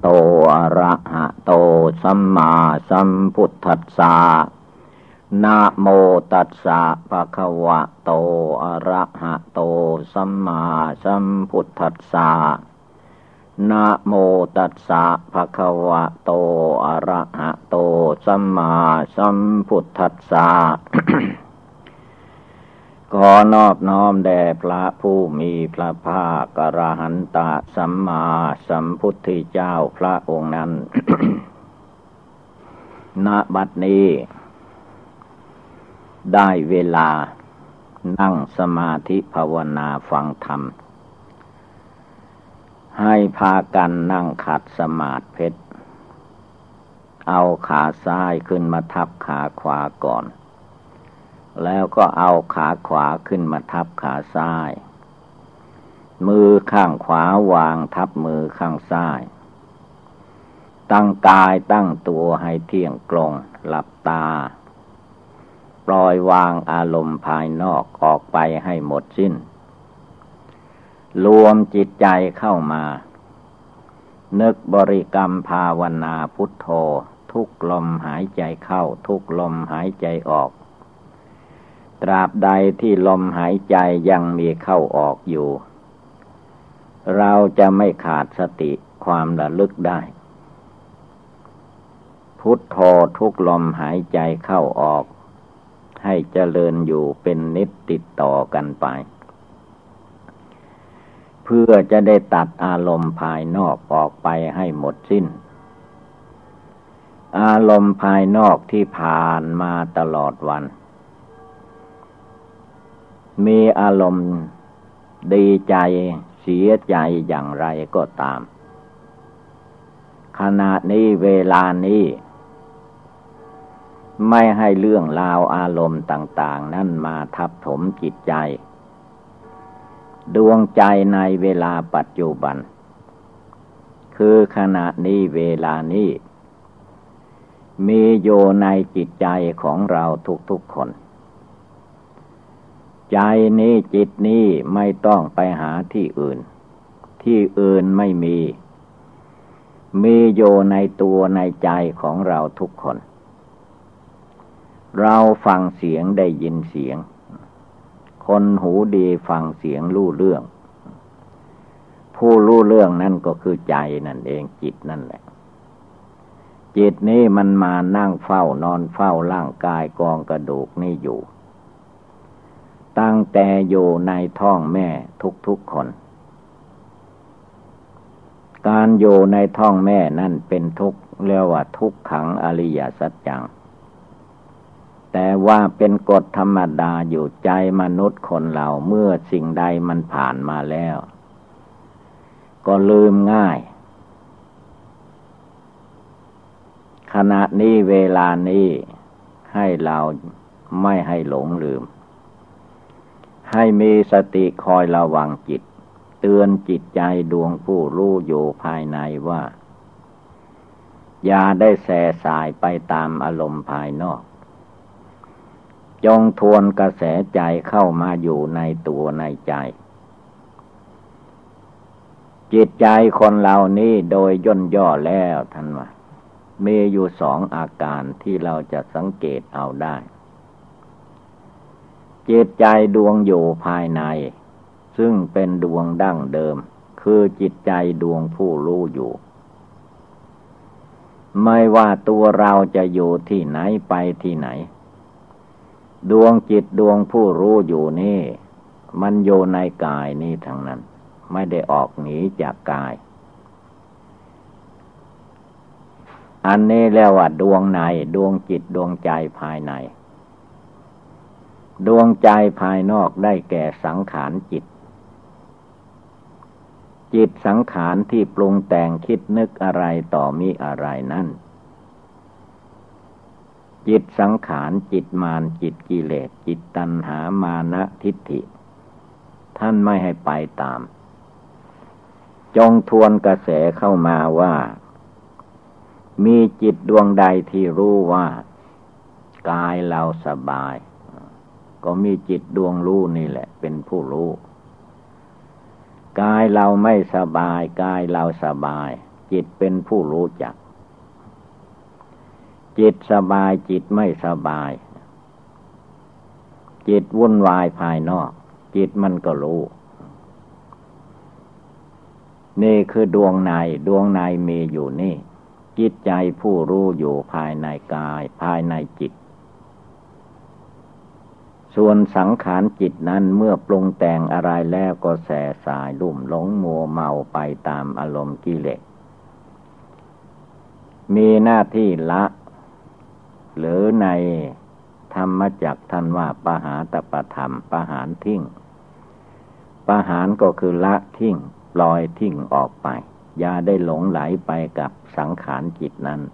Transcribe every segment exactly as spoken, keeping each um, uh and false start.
โตอะระหะโตสัมมาสัมพุทธัสสะนะโมตัสสะภะคะวะโตอะระหะโตสัมมาสัมพุทธัสสะนะโมตัสสะภะคะวะโตอะระหะโตสัมมาสัมพุทธัสสะ ขอนอบน้อมแด่พระผู้มีพระภาคอรหันตสัมมาสัมพุทธเจ้าพระองค์นั้น ณ บัดนี้ได้เวลานั่งสมาธิภาวนาฟังธรรมให้พากันนั่งขัดสมาธิเพชรเอาขาซ้ายขึ้นมาทับขาขวาก่อนแล้วก็เอาขาขวาขึ้นมาทับขาซ้ายมือข้างขวาวางทับมือข้างซ้ายตั้งกายตั้งตัวให้เที่ยงตรงหลับตาปล่อยวางอารมณ์ภายนอกออกไปให้หมดสิ้นรวมจิตใจเข้ามานึกบริกรรมภาวนาพุทโธทุกลมหายใจเข้าทุกลมหายใจออกตราบใดที่ลมหายใจยังมีเข้าออกอยู่เราจะไม่ขาดสติความระลึกได้พุทโธทุกลมหายใจเข้าออกให้เจริญอยู่เป็นนิจติดต่อกันไปเพื่อจะได้ตัดอารมณ์ภายนอกออกไปให้หมดสิ้นอารมณ์ภายนอกที่ผ่านมาตลอดวันมีอารมณ์ดีใจเสียใจอย่างไรก็ตามขณะนี้เวลานี้ไม่ให้เรื่องราวอารมณ์ต่างๆนั่นมาทับถมจิตใจดวงใจในเวลาปัจจุบันคือขณะนี้เวลานี้มีอยู่ในจิตใจของเราทุกๆคนใจนี้จิตนี้ไม่ต้องไปหาที่อื่นที่อื่นไม่มีมีอยู่ในตัวในใจของเราทุกคนเราฟังเสียงได้ยินเสียงคนหูดีฟังเสียงรู้เรื่องผู้รู้เรื่องนั่นก็คือใจนั่นเองจิตนั่นแหละจิตนี้มันมานั่งเฝ้านอนเฝ้าร่างกายกองกระดูกนี่อยู่ตั้งแต่อยู่ในท้องแม่ทุกๆคนการอยู่ในท้องแม่นั่นเป็นทุกข์เรียกว่าทุกขังอริยสัจจังแต่ว่าเป็นกฎธรรมดาอยู่ใจมนุษย์คนเราเมื่อสิ่งใดมันผ่านมาแล้วก็ลืมง่ายขณะนี้เวลานี้ให้เราไม่ให้หลงลืมให้มีสติคอยระวังจิตเตือนจิตใจดวงผู้รู้อยู่ภายในว่าอย่าได้แส่สายไปตามอารมณ์ภายนอกจงทวนกระแสใจเข้ามาอยู่ในตัวในใจจิตใจคนเหล่านี้โดยย่นย่อแล้วท่านว่ามีอยู่สองอาการที่เราจะสังเกตเอาได้จิตใจดวงอยู่ภายในซึ่งเป็นดวงดั้งเดิมคือจิตใจดวงผู้รู้อยู่ไม่ว่าตัวเราจะอยู่ที่ไหนไปที่ไหนดวงจิตดวงผู้รู้อยู่นี่มันอยู่ในกายนี่ทั้งนั้นไม่ได้ออกหนีจากกายอันนี้เรียกว่าดวงในดวงจิตดวงใจภายในดวงใจภายนอกได้แก่สังขารจิตจิตสังขารที่ปรุงแต่งคิดนึกอะไรต่อมีอะไรนั่นจิตสังขารจิตมารจิตกิเลสจิตตัณหามานะทิฏฐิท่านไม่ให้ไปตามจงทวนกระแสเข้ามาว่ามีจิตดวงใดที่รู้ว่ากายเราสบายก็มีจิตดวงรู้นี่แหละเป็นผู้รู้กายเราไม่สบายกายเราสบายจิตเป็นผู้รู้จักจิตสบายจิตไม่สบายจิตวุ่นวายภายนอกจิตมันก็รู้นี่คือดวงในดวงในมีอยู่นี่จิตใจผู้รู้อยู่ภายในกายภายในจิตส่วนสังขารจิตนั้นเมื่อปรุงแต่งอะไรแล้วก็แส่สายลุ่มหลงมัวเมาไปตามอารมณ์กิเลสมีหน้าที่ละหรือในธรรมจักรท่านว่าปหาตปธรรมปหารทิ้งปหารก็คือละทิ้งปล่อยทิ้งออกไปอย่าได้หลงไหลไปกับสังขารจิตนั้น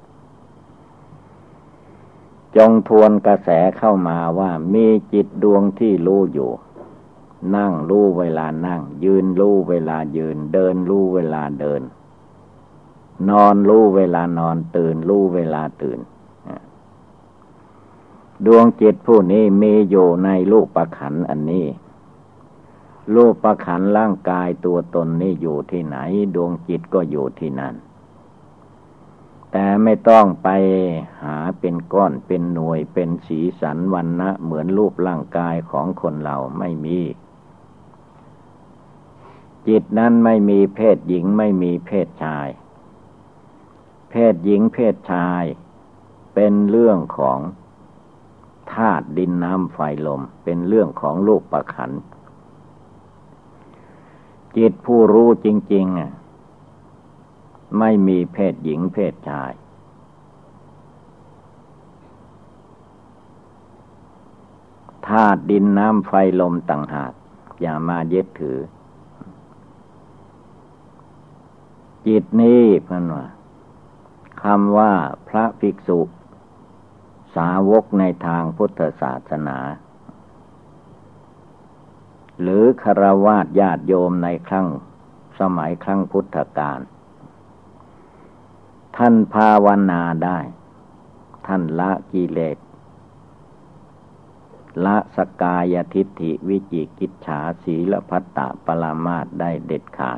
จงทวนกระแสเข้ามาว่ามีจิตดวงที่รู้อยู่นั่งรู้เวลานั่งยืนรู้เวลายืนเดินรู้เวลาเดินนอนรู้เวลานอนตื่นรู้เวลาตื่นดวงจิตผู้นี้มีอยู่ในรูปขันธ์อันนี้รูปขันธ์ร่างกายตัวตนนี่อยู่ที่ไหนดวงจิตก็อยู่ที่นั่นแต่ไม่ต้องไปหาเป็นก้อนเป็นหน่วยเป็นสีสันวรรณะเหมือนรูปร่างกายของคนเราไม่มีจิตนั้นไม่มีเพศหญิงไม่มีเพศชายเพศหญิงเพศชายเป็นเรื่องของธาตุดินน้ำไฟลมเป็นเรื่องของรูปขันธ์จิตผู้รู้จริงๆไม่มีเพศหญิงเพศชายธาตุดินน้ำไฟลมต่างหากอย่ามายึดถือจิตนี้เพิ่นว่าคำว่าพระภิกษุสาวกในทางพุทธศาสนาหรือฆราวาสญาติโยมในครั้งสมัยครั้งพุทธกาลท่านภาวนาได้ท่านละกิเลสละสกายทิฏฐิวิจิกิจฉาสีลพัตตปรามาสได้เด็ดขาด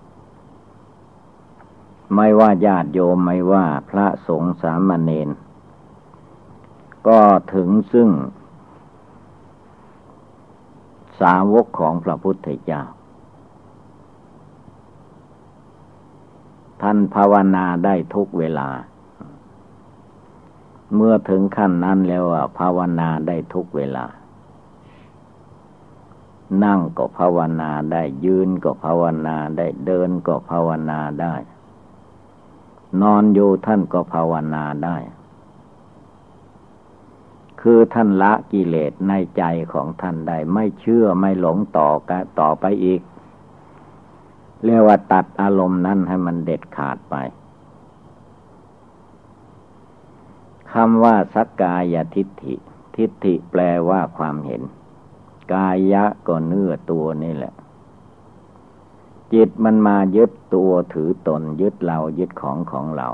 ไม่ว่าญาติโยมไม่ว่าพระสงฆ์สามเณรก็ถึงซึ่งสาวกของพระพุทธเจ้าท่านภาวนาได้ทุกเวลาเมื่อถึงขั้นนั้นแล้วภาวนาได้ทุกเวลานั่งก็ภาวนาได้ยืนก็ภาวนาได้เดินก็ภาวนาได้นอนอยู่ท่านก็ภาวนาได้คือท่านละกิเลสในใจของท่านได้ไม่เชื่อไม่หลงต่อกันต่อไปอีกเรียกว่าตัดอารมณ์นั้นให้มันเด็ดขาดไปคำว่าสักกายทิฏฐิทิฏฐิแปลว่าความเห็นกายะก็เนื้อตัวนี่แหละจิตมันมายึดตัวถือตนยึดเรายึดของของเรา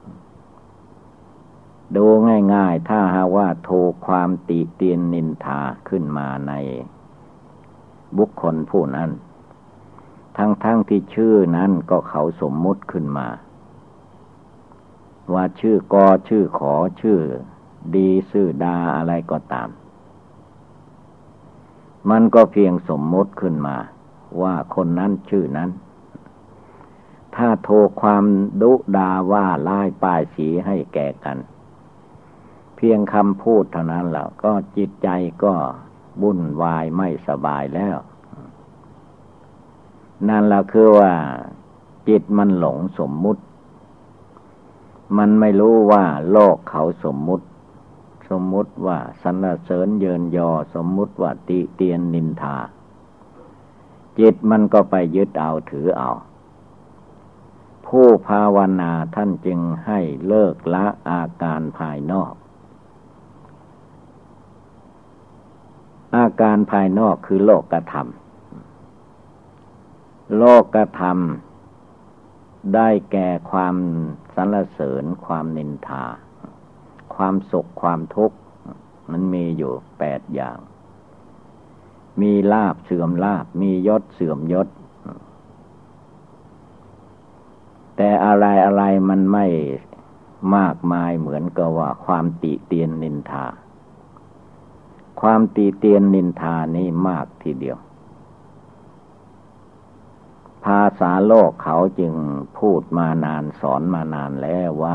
ดูง่ายๆถ้าหากว่าถูกความติเตียนนินทาขึ้นมาในบุคคลผู้นั้นทั้งๆ ท, ที่ชื่อนั้นก็เขาสมมุติขึ้นมาว่าชื่อกอชื่อขอชื่อดีชื่อดาอะไรก็ตามมันก็เพียงสมมุติขึ้นมาว่าคนนั้นชื่อนั้นถ้าโทความดุดาว่าร้ายป้ายสีให้แก่กันเพียงคำพูดเท่านั้นแหละก็จิตใจก็วุ่นวายไม่สบายแล้วนั่นแหละคือว่าจิตมันหลงสมมุติมันไม่รู้ว่าโลกเขาสมมุติสมมุติว่าสรรเสริญเยินยอสมมุติว่าติเตียนนินทาจิตมันก็ไปยึดเอาถือเอาผู้ภาวนาท่านจึงให้เลิกละอาการภายนอกอาการภายนอกคือโลกธรรมโลกธรรมได้แก่ความสรรเสริญความนินทาความสุขความทุกข์มันมีอยู่แปดอย่างมีลาภเสื่อมลาภมียศเสื่อมยศแต่อะไรไม่มากมายเหมือนกับว่าความติเตียนนินทาความติเตียนนินทานี่มากทีเดียวภาษาโลกเขาจึงพูดมานานสอนมานานแล้วว่า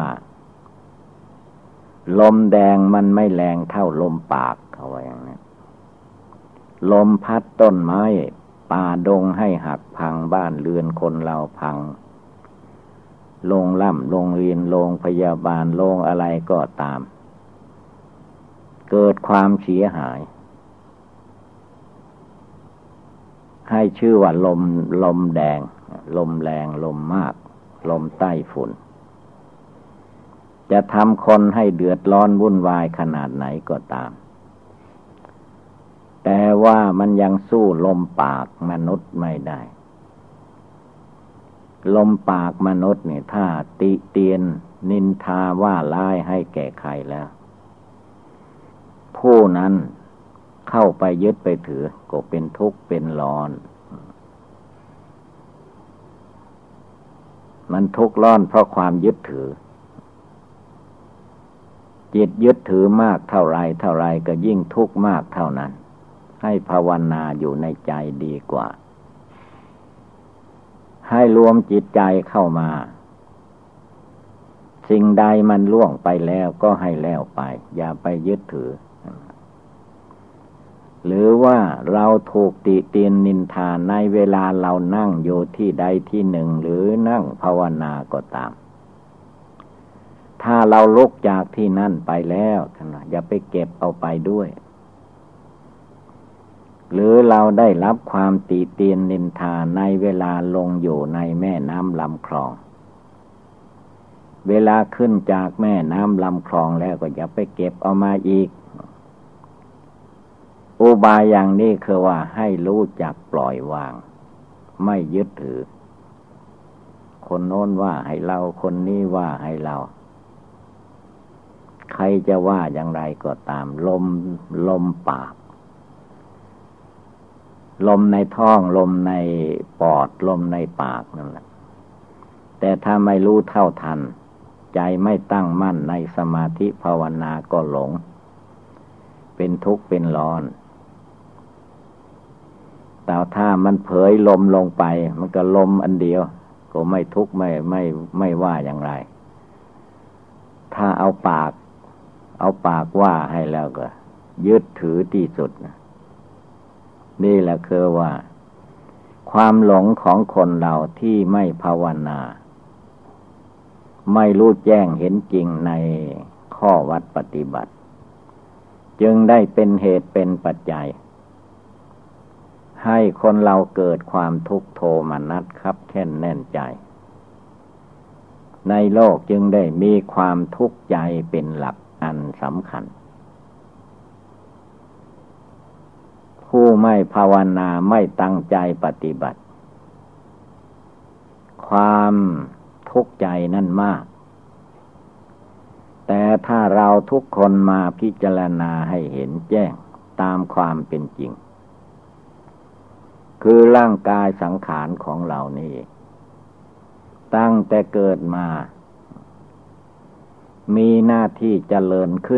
ลมแดงมันไม่แรงเท่าลมปากเขาว่าอย่างนี้ลมพัดต้นไม้ป่าดงให้หักพังบ้านเรือนคนเราพังโรงล่ำโรงเรียนโรงพยาบาลโรงอะไรก็ตามเกิดความเสียหายให้ชื่อว่าลมลมแดงลมแรงลมมากลมใต้ฝุ่นจะทำคนให้เดือดร้อนวุ่นวายขนาดไหนก็ตามแต่ว่ามันยังสู้ลมปากมนุษย์ไม่ได้ลมปากมนุษย์นี่ถ้าติเตียนนินทาว่าร้ายให้แก่ใครแล้วผู้นั้นเข้าไปยึดไปถือก็เป็นทุกข์เป็นร้อนมันทุกข์ร้อนเพราะความยึดถือจิตยึดถือมากเท่าไรเท่าไรก็ยิ่งทุกข์มากเท่านั้นให้ภาวนาอยู่ในใจดีกว่าให้รวมจิตใจเข้ามาสิ่งใดมันล่วงไปแล้วก็ให้แล้วไปอย่าไปยึดถือหรือว่าเราถูกติเตียนนินทาในเวลาเรานั่งอยู่ที่ใดที่หนึ่งหรือนั่งภาวนาก็ตามถ้าเราลุกจากที่นั่นไปแล้วอย่าไปเก็บเอาไปด้วยหรือเราได้รับความติเตียนนินทาในเวลาลงอยู่ในแม่น้ำลำคลองเวลาขึ้นจากแม่น้ำลำคลองแล้วก็อย่าไปเก็บเอามาอีกอุบายอย่างนี้คือว่าให้รู้จักปล่อยวางไม่ยึดถือคนโน้นว่าให้เราคนนี้ว่าให้เราใครจะว่าอย่างไรก็ตามลมลมปากลมในท้องลมในปอดลมในปากนั่นแหละแต่ถ้าไม่รู้เท่าทันใจไม่ตั้งมั่นในสมาธิภาวนาก็หลงเป็นทุกข์เป็นร้อนแต่ถ้ามันเผยลมลงไปมันก็ลมอันเดียวก็ไม่ทุกข์ไม่ไม่ไม่ว่าอย่างไรถ้าเอาปากเอาปากว่าให้แล้วก็ยึดถือที่สุดนี่แหละคือว่าความหลงของคนเราที่ไม่ภาวนาไม่รู้แจ้งเห็นจริงในข้อวัดปฏิบัติจึงได้เป็นเหตุเป็นปัจจัยให้คนเราเกิดความทุกข์โทมนัสครับแค้นแน่นใจในโลกจึงได้มีความทุกข์ใจเป็นหลักอันสำคัญผู้ไม่ภาวนาไม่ตั้งใจปฏิบัติความทุกข์ใจนั่นมากแต่ถ้าเราทุกคนมาพิจารณาให้เห็นแจ้งตามความเป็นจริงคือร่างกายสังขารของเรานี่ตั้งแต่เกิดมามีหน้าที่เจริญขึ้น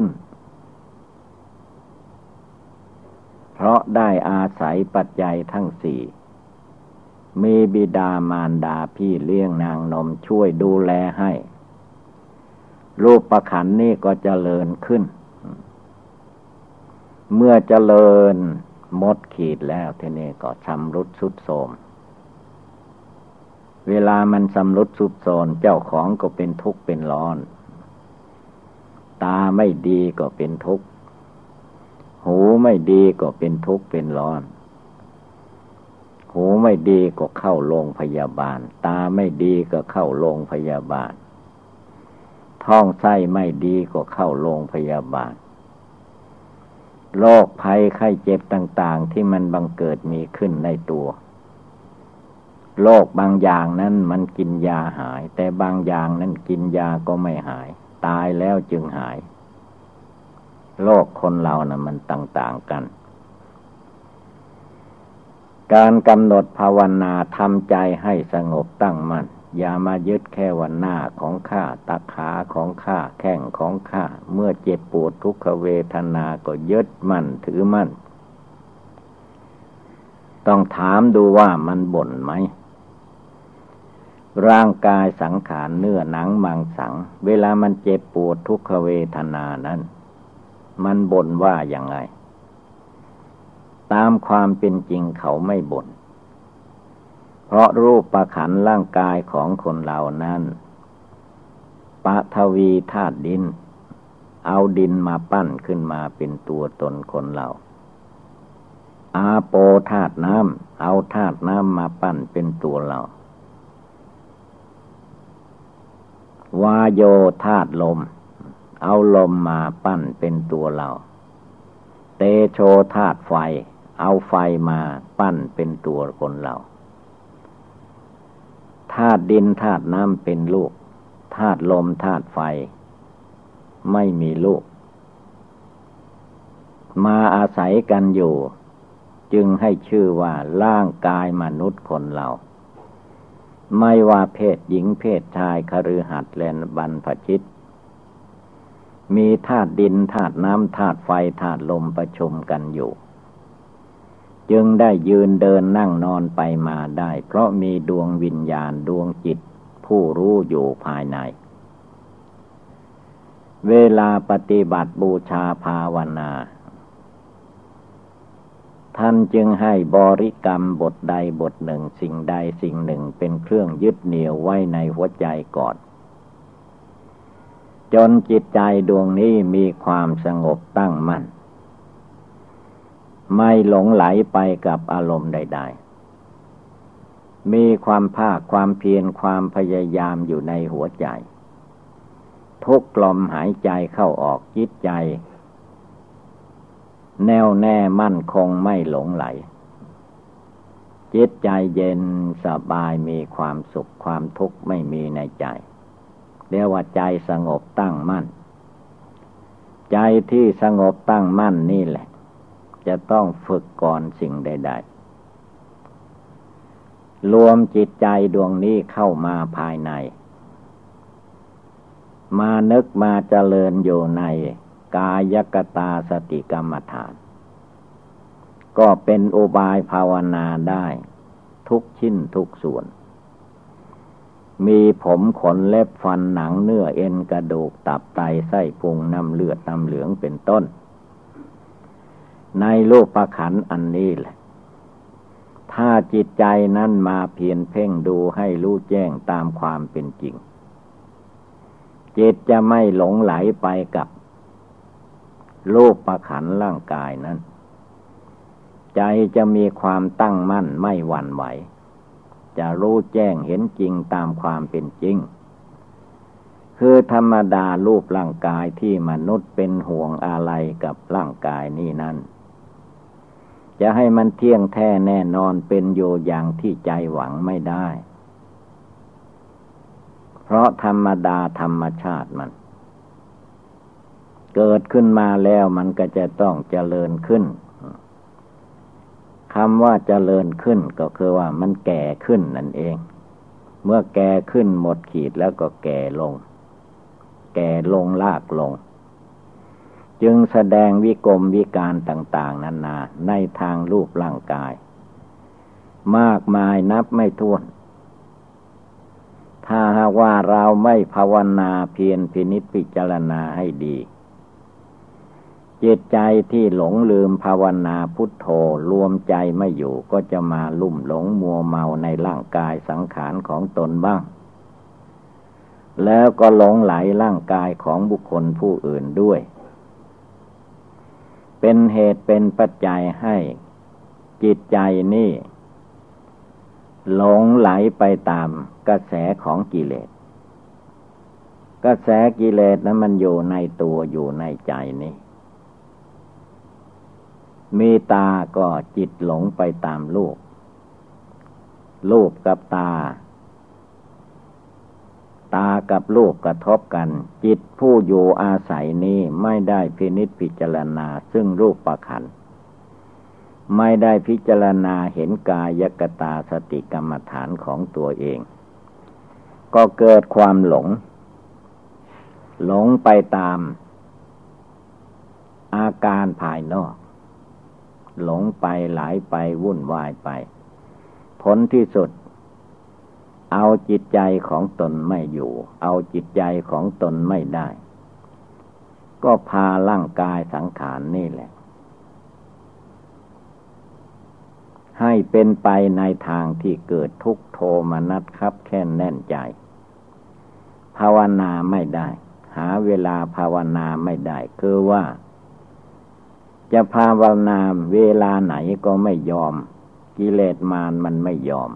เพราะได้อาศัยปัจจัยทั้งสี่มีบิดามารดาพี่เลี้ยงนางนมช่วยดูแลให้รูปประขันนี่ก็เจริญขึ้นเมื่อเจริญหมดขีดแล้วทีนี้ก็ชำรุดทรุดโทรมเวลามันชำรุดทรุดโทรมเจ้าของก็เป็นทุกข์เป็นร้อนตาไม่ดีก็เป็นทุกข์หูไม่ดีก็เป็นทุกข์เป็นร้อนหูไม่ดีก็เข้าโรงพยาบาลตาไม่ดีก็เข้าโรงพยาบาลท้องไส้ไม่ดีก็เข้าโรงพยาบาลโรคภัยไข้เจ็บต่างๆที่มันบังเกิดมีขึ้นในตัวโรคบางอย่างนั้นมันกินยาหายแต่บางอย่างนั้นกินยาก็ไม่หายตายแล้วจึงหายโรคคนเรานะ่ะมันต่างๆกันการกำหนดภาวนาทำใจให้สงบตั้งมั่นอย่ามายึดแค่วันหน้าของข้าตาขาของข้าแข้งของข้าเมื่อเจ็บปวดทุกขเวทนาก็ยึดมั่นถือมั่นต้องถามดูว่ามันบ่นไหมร่างกายสังขารเนื้อหนังมังสังเวลามันเจ็บปวดทุกขเวทนานั้นมันบ่นว่าอย่างไรตามความเป็นจริงเขาไม่บ่นเพราะรูปประขันร่างกายของคนเรานั้นปฐวีธาตุดินเอาดินมาปั้นขึ้นมาเป็นตัวตนคนเราอาโปธาตุน้ำเอาธาตุน้ำมาปั้นเป็นตัวเราวาโยธาตุลมเอาลมมาปั้นเป็นตัวเราเตโชธาตุไฟเอาไฟมาปั้นเป็นตัวคนเราธาตุดินธาตุน้ำเป็นลูกธาตุลมธาตุไฟไม่มีลูกมาอาศัยกันอยู่จึงให้ชื่อว่าร่างกายมนุษย์คนเราไม่ว่าเพศหญิงเพศชายคฤหัสถ์และบรรพชิตมีธาตุดินธาตุน้ำธาตุไฟธาตุลมประชุมกันอยู่จึงได้ยืนเดินนั่งนอนไปมาได้เพราะมีดวงวิญญาณดวงจิตผู้รู้อยู่ภายในเวลาปฏิบัติบูชาภาวนาท่านจึงให้บริกรรมบทใดบทหนึ่งสิ่งใดสิ่งหนึ่งเป็นเครื่องยึดเหนี่ยวไว้ในหัวใจก่อนจนจิตใจดวงนี้มีความสงบตั้งมั่นไม่หลงไหลไปกับอารมณ์ใดๆมีความภาคความเพียรความพยายามอยู่ในหัวใจทุกลมหายใจเข้าออกจิตใจแน่วแน่มั่นคงไม่หลงไหลจิตใจเย็นสบายมีความสุขความทุกข์ไม่มีในใจเรียกว่าใจสงบตั้งมั่นใจที่สงบตั้งมั่นนี่แหละจะต้องฝึกก่อนสิ่งใดๆรวมจิตใจดวงนี้เข้ามาภายในมานึกมาเจริญอยู่ในกายกตาสติกรรมฐานก็เป็นอุบายภาวนาได้ทุกชิ้นทุกส่วนมีผมขนเล็บฟันหนังเนื้อเอ็นกระดูกตับไตไส้พุงน้ำเลือดน้ำเหลืองเป็นต้นในรูปขันธ์อันนี้แหละถ้าจิตใจนั้นมาเพียรเพ่งดูให้รู้แจ้งตามความเป็นจริงจิตจะไม่หลงไหลไปกับรูปขันธ์ร่างกายนั้นใจจะมีความตั้งมั่นไม่หวั่นไหวจะรู้แจ้งเห็นจริงตามความเป็นจริงคือธรรมดารูปร่างกายที่มนุษย์เป็นห่วงอะไรกับร่างกายนี่นั้นจะให้มันเที่ยงแท้แน่นอนเป็นอยู่อย่างที่ใจหวังไม่ได้เพราะธรรมดาธรรมชาติมันเกิดขึ้นมาแล้วมันก็จะต้องเจริญขึ้นคำว่าเจริญขึ้นก็คือว่ามันแก่ขึ้นนั่นเองเมื่อแก่ขึ้นหมดขีดแล้วก็แก่ลงแก่ลงลากลงจึงแสดงวิกลมวิการต่างๆนานาในทางรูปร่างกายมากมายนับไม่ถ้วนถ้าหากว่าเราไม่ภาวนาเพียรพินิจพิจารณาให้ดีจิตใจที่หลงลืมภาวนาพุทโธรวมใจไม่อยู่ก็จะมาลุ่มหลงมัวเมาในร่างกายสังขารของตนบ้างแล้วก็หลงไหลร่างกายของบุคคลผู้อื่นด้วยเป็นเหตุเป็นปัจจัยให้จิตใจนี่หลงไหลไปตามกระแสของกิเลสกระแสกิเลสนั้นมันอยู่ในตัวอยู่ในใจนี่มีตาก็จิตหลงไปตามรูปรูปกับตาตากับรูปกระทบกันจิตผู้อยู่อาศัยนี้ไม่ได้พินิจพิจารณาซึ่งรูปขันธ์ไม่ได้พิจารณาเห็นกายกตาสติกรรมฐานของตัวเองก็เกิดความหลงหลงไปตามอาการภายนอกหลงไปไหลไปวุ่นวายไปผลที่สุดเอาจิตใจของตนไม่อยู่เอาจิตใจของตนไม่ได้ก็พาร่างกายสังขารนี่แหละให้เป็นไปในทางที่เกิดทุกข์โทมนัสคับแค้นแน่นใจภาวนาไม่ได้หาเวลาภาวนาไม่ได้คือว่าจะภาวนาเวลาไหนก็ไม่ยอมกิเลสมารมันไม่ยอม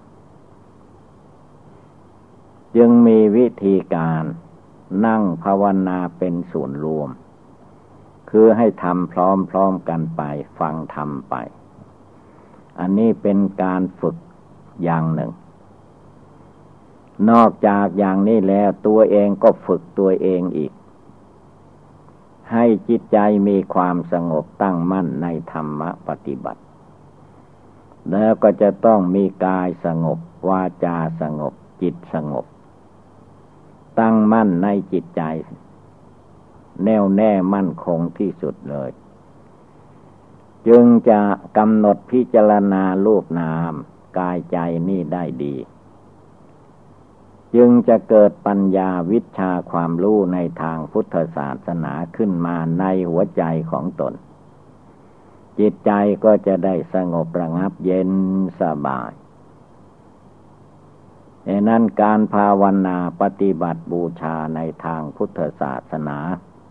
จึงมีวิธีการนั่งภาวนาเป็นส่วนรวมคือให้ทำพร้อมๆกันไปฟังธรรมไปอันนี้เป็นการฝึกอย่างหนึ่งนอกจากอย่างนี้แล้วตัวเองก็ฝึกตัวเองอีกให้จิตใจมีความสงบตั้งมั่นในธรรมปฏิบัติแล้วก็จะต้องมีกายสงบวาจาสงบจิตสงบตั้งมั่นในจิตใจแน่วแน่มั่นคงที่สุดเลยจึงจะกำหนดพิจารณารูปนามกายใจนี่ได้ดีจึงจะเกิดปัญญาวิชาความรู้ในทางพุทธศาสนาขึ้นมาในหัวใจของตนจิตใจก็จะได้สงบระงับเย็นสบายดังนั้นการภาวนาปฏิบัติบูชาในทางพุทธศาสนา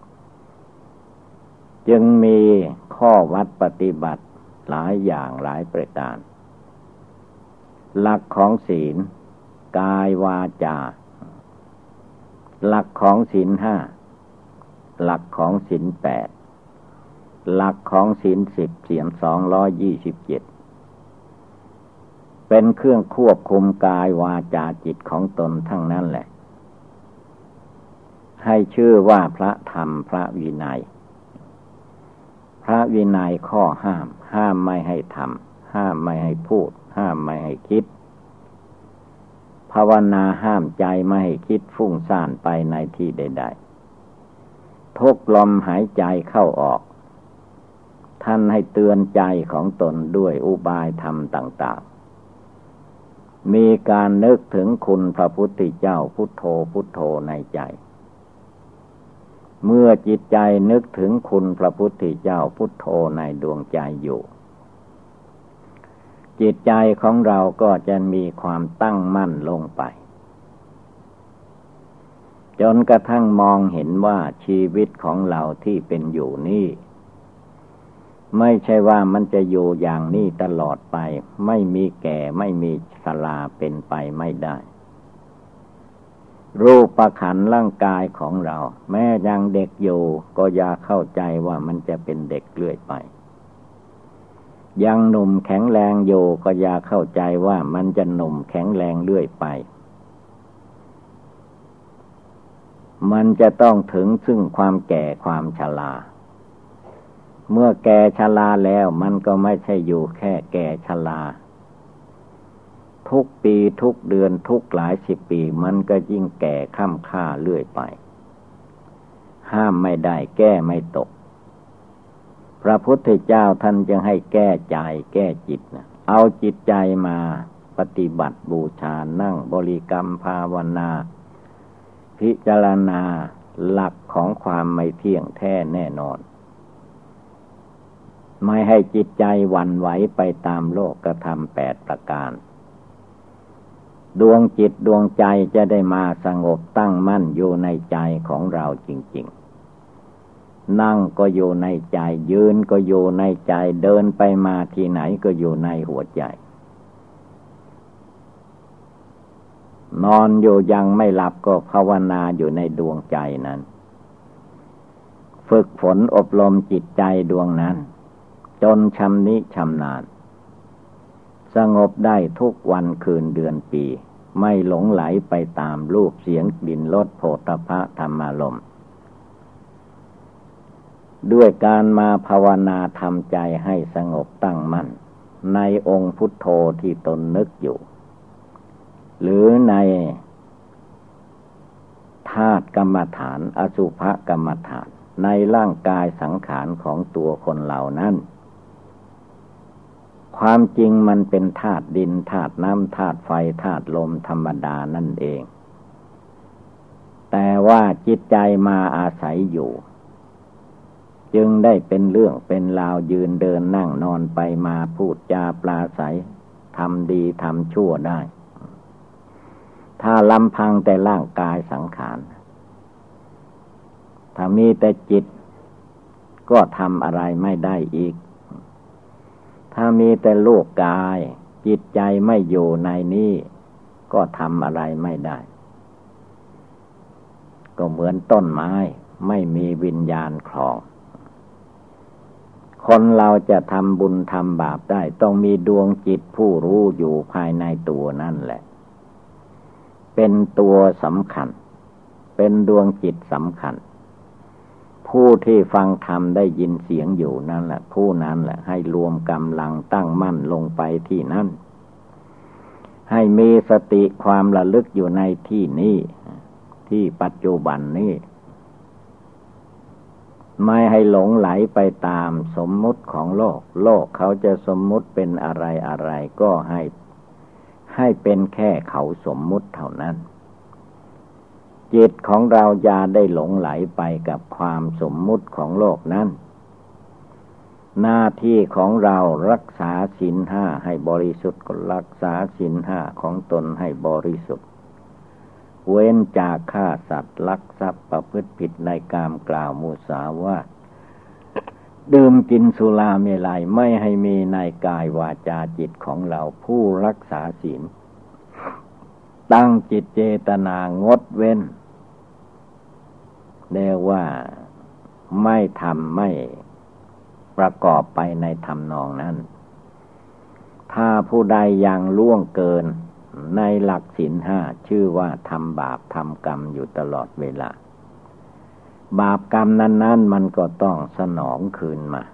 จึงมีข้อวัดปฏิบัติหลายอย่างหลายประการหลักของศีลกายวาจาหลักของศีลห้าหลักของศีลแปดหลักของศีลสิบศีลสองร้อยยี่สิบเจ็ดเป็นเครื่องควบคุมกายวาจาจิตของตนทั้งนั้นแหละให้ชื่อว่าพระธรรมพระวินัยพระวินัยข้อห้ามห้ามไม่ให้ทำห้ามไม่ให้พูดห้ามไม่ให้คิดภาวนาห้ามใจไม่ให้คิดฟุ้งซ่านไปในที่ใดๆทุกลมหายใจเข้าออกท่านให้เตือนใจของตนด้วยอุบายธรรมต่างๆมีการนึกถึงคุณพระพุทธเจ้าพุทโธพุทโธในใจเมื่อจิตใจนึกถึงคุณพระพุทธเจ้าพุทโธในดวงใจอยู่จิตใจของเราก็จะมีความตั้งมั่นลงไปจนกระทั่งมองเห็นว่าชีวิตของเราที่เป็นอยู่นี่ไม่ใช่ว่ามันจะอยู่อย่างนี้ตลอดไปไม่มีแก่ไม่มีชราเป็นไปไม่ได้รูปขันธ์ร่างกายของเราแม้ยังเด็กอยู่ก็อย่าเข้าใจว่ามันจะเป็นเด็กเรื่อยไปยังหนุ่มแข็งแรงอยู่ก็อย่าเข้าใจว่ามันจะหนุ่มแข็งแรงเรื่อยไปมันจะต้องถึงซึ่งความแก่ความชราเมื่อแก่ชราแล้วมันก็ไม่ใช่อยู่แค่แก่ชราทุกปีทุกเดือนทุกหลายสิบปีมันก็ยิ่งแก่ค่ำค่าเรื่อยไปห้ามไม่ได้แก้ไม่ตกพระพุทธเจ้าท่านจึงให้แก้ใจแก้จิตนะเอาจิตใจมาปฏิบัติบูชานั่งบริกรรมภาวนาพิจารณาหลักของความไม่เที่ยงแท้แน่นอนไม่ให้จิตใจหวั่นไหวไปตามโลกธรรมแปดประการดวงจิตดวงใจจะได้มาสงบตั้งมั่นอยู่ในใจของเราจริงๆนั่งก็อยู่ในใจยืนก็อยู่ในใจเดินไปมาที่ไหนก็อยู่ในหัวใจนอนอยู่ยังไม่หลับก็ภาวนาอยู่ในดวงใจนั้นฝึกฝนอบรมจิตใจดวงนั้นจนชำนิชำนาญสงบได้ทุกวันคืนเดือนปีไม่หลงไหลไปตามรูปเสียงกลิ่นรสโผฏฐัพพะธรรมารมณ์ด้วยการมาภาวนาทำใจให้สงบตั้งมั่นในองค์พุทโธที่ตนนึกอยู่หรือในธาตุกรรมฐานอสุภกรรมฐานในร่างกายสังขารของตัวคนเหล่านั้นความจริงมันเป็นธาตุดินธาตุน้ำธาตุไฟธาตุลมธรรมดานั่นเองแต่ว่าจิตใจมาอาศัยอยู่จึงได้เป็นเรื่องเป็นราวยืนเดินนั่งนอนไปมาพูดจาปราศัยทำดีทำชั่วได้ถ้าลำพังแต่ร่างกายสังขารถ้ามีแต่จิตก็ทำอะไรไม่ได้อีกถ้ามีแต่โลกกายจิตใจไม่อยู่ในนี้ก็ทำอะไรไม่ได้ก็เหมือนต้นไม้ไม่มีวิญญาณครองคนเราจะทำบุญทำบาปได้ต้องมีดวงจิตผู้รู้อยู่ภายในตัวนั่นแหละเป็นตัวสำคัญเป็นดวงจิตสำคัญผู้ที่ฟังธรรมได้ยินเสียงอยู่นั่นแหละผู้นั้นแหละให้รวมกำลังตั้งมั่นลงไปที่นั่นให้มีสติความระลึกอยู่ในที่นี้ที่ปัจจุบันนี้ไม่ให้หลงไหลไปตามสมมุติของโลกโลกเขาจะสมมุติเป็นอะไรอะไรก็ให้ให้เป็นแค่เขาสมมุติเท่านั้นจิตของเราอย่าได้หลงไหลไปกับความสมมุติของโลกนั้นหน้าที่ของเรารักษาศีลห้าให้บริสุทธิ์ก็รักษาศีลห้าของตนให้บริสุทธิ์เว้นจากฆ่าสัตว์ลักทรัพย์ประพฤติผิดในกามกล่าวมุสาวาทดื่มกินสุราเมลัยไม่ให้มีในกายวาจาจิตของเราผู้รักษาศีลตั้งจิตเจตนางดเว้นเรียกว่าไม่ทำไม่ประกอบไปในทำนองนั้นถ้าผู้ใดยังล่วงเกินในหลักศีลห้าชื่อว่าทำบาปทำกรรมอยู่ตลอดเวลาบาปกรรมนั้นๆมันก็ต้องสนองคืนมา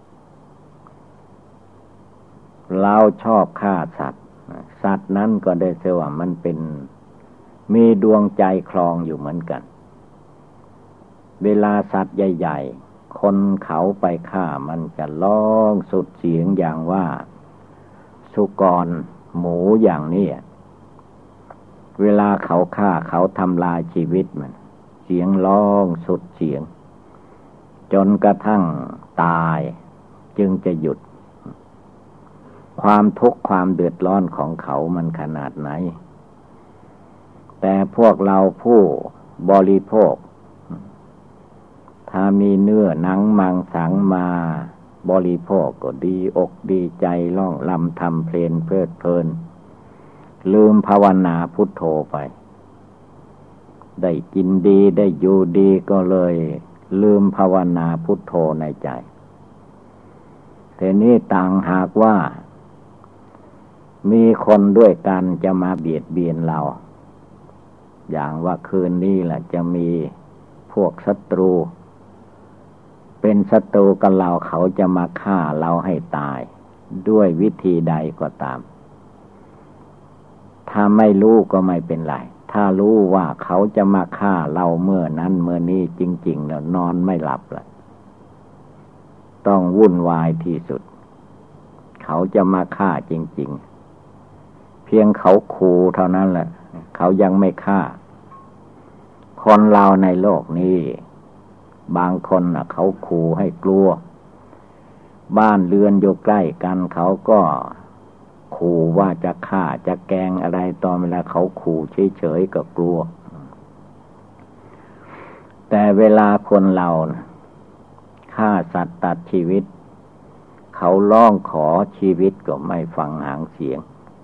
เราชอบฆ่าสัตว์สัตว์นั้นก็ได้เสียว่ามันเป็นมีดวงใจคลองอยู่เหมือนกันเวลาสัตว์ใหญ่ๆคนเขาไปฆ่ามันจะร้องสุดเสียงอย่างว่าสุกรหมูอย่างนี้เวลาเขาฆ่าเขาทำลายชีวิตมันเสียงร้องสุดเสียงจนกระทั่งตายจึงจะหยุดความทุกข์ความเดือดร้อนของเขามันขนาดไหนแต่พวกเราผู้บริโภคถ้ามีเนื้อหนังมังสังมาบริโภคก็ดีอกดีใจร้องรำทำเพลงเพลิดเพลินลืมภาวนาพุทโธไปได้กินดีได้อยู่ดีก็เลยลืมภาวนาพุทโธในใจแต่นี้ต่างหากว่ามีคนด้วยกันจะมาเบียดเบียนเราอย่างว่าคืนนี้แหละจะมีพวกศัตรูเป็นศัตรูกับเราเขาจะมาฆ่าเราให้ตายด้วยวิธีใดก็ตามถ้าไม่รู้ก็ไม่เป็นไรถ้ารู้ว่าเขาจะมาฆ่าเราเมื่อนั้นเมื่อนี้จริงๆแล้วนอนไม่หลับละต้องวุ่นวายที่สุดเขาจะมาฆ่าจริงๆเพียงเขาขู่เท่านั้นแหละเขายังไม่ฆ่าคนเราในโลกนี้บางคนน่ะเขาขู่ให้กลัวบ้านเรือนอยู่ใกล้กันเขาก็ขู่ว่าจะฆ่าจะแกล้งอะไรตอนเวลาเขาขู่เฉยๆก็กลัวแต่เวลาคนเราฆ่าสัตว์ตัดชีวิตเขาร้องขอชีวิตก็ไม่ฟังหางเสียง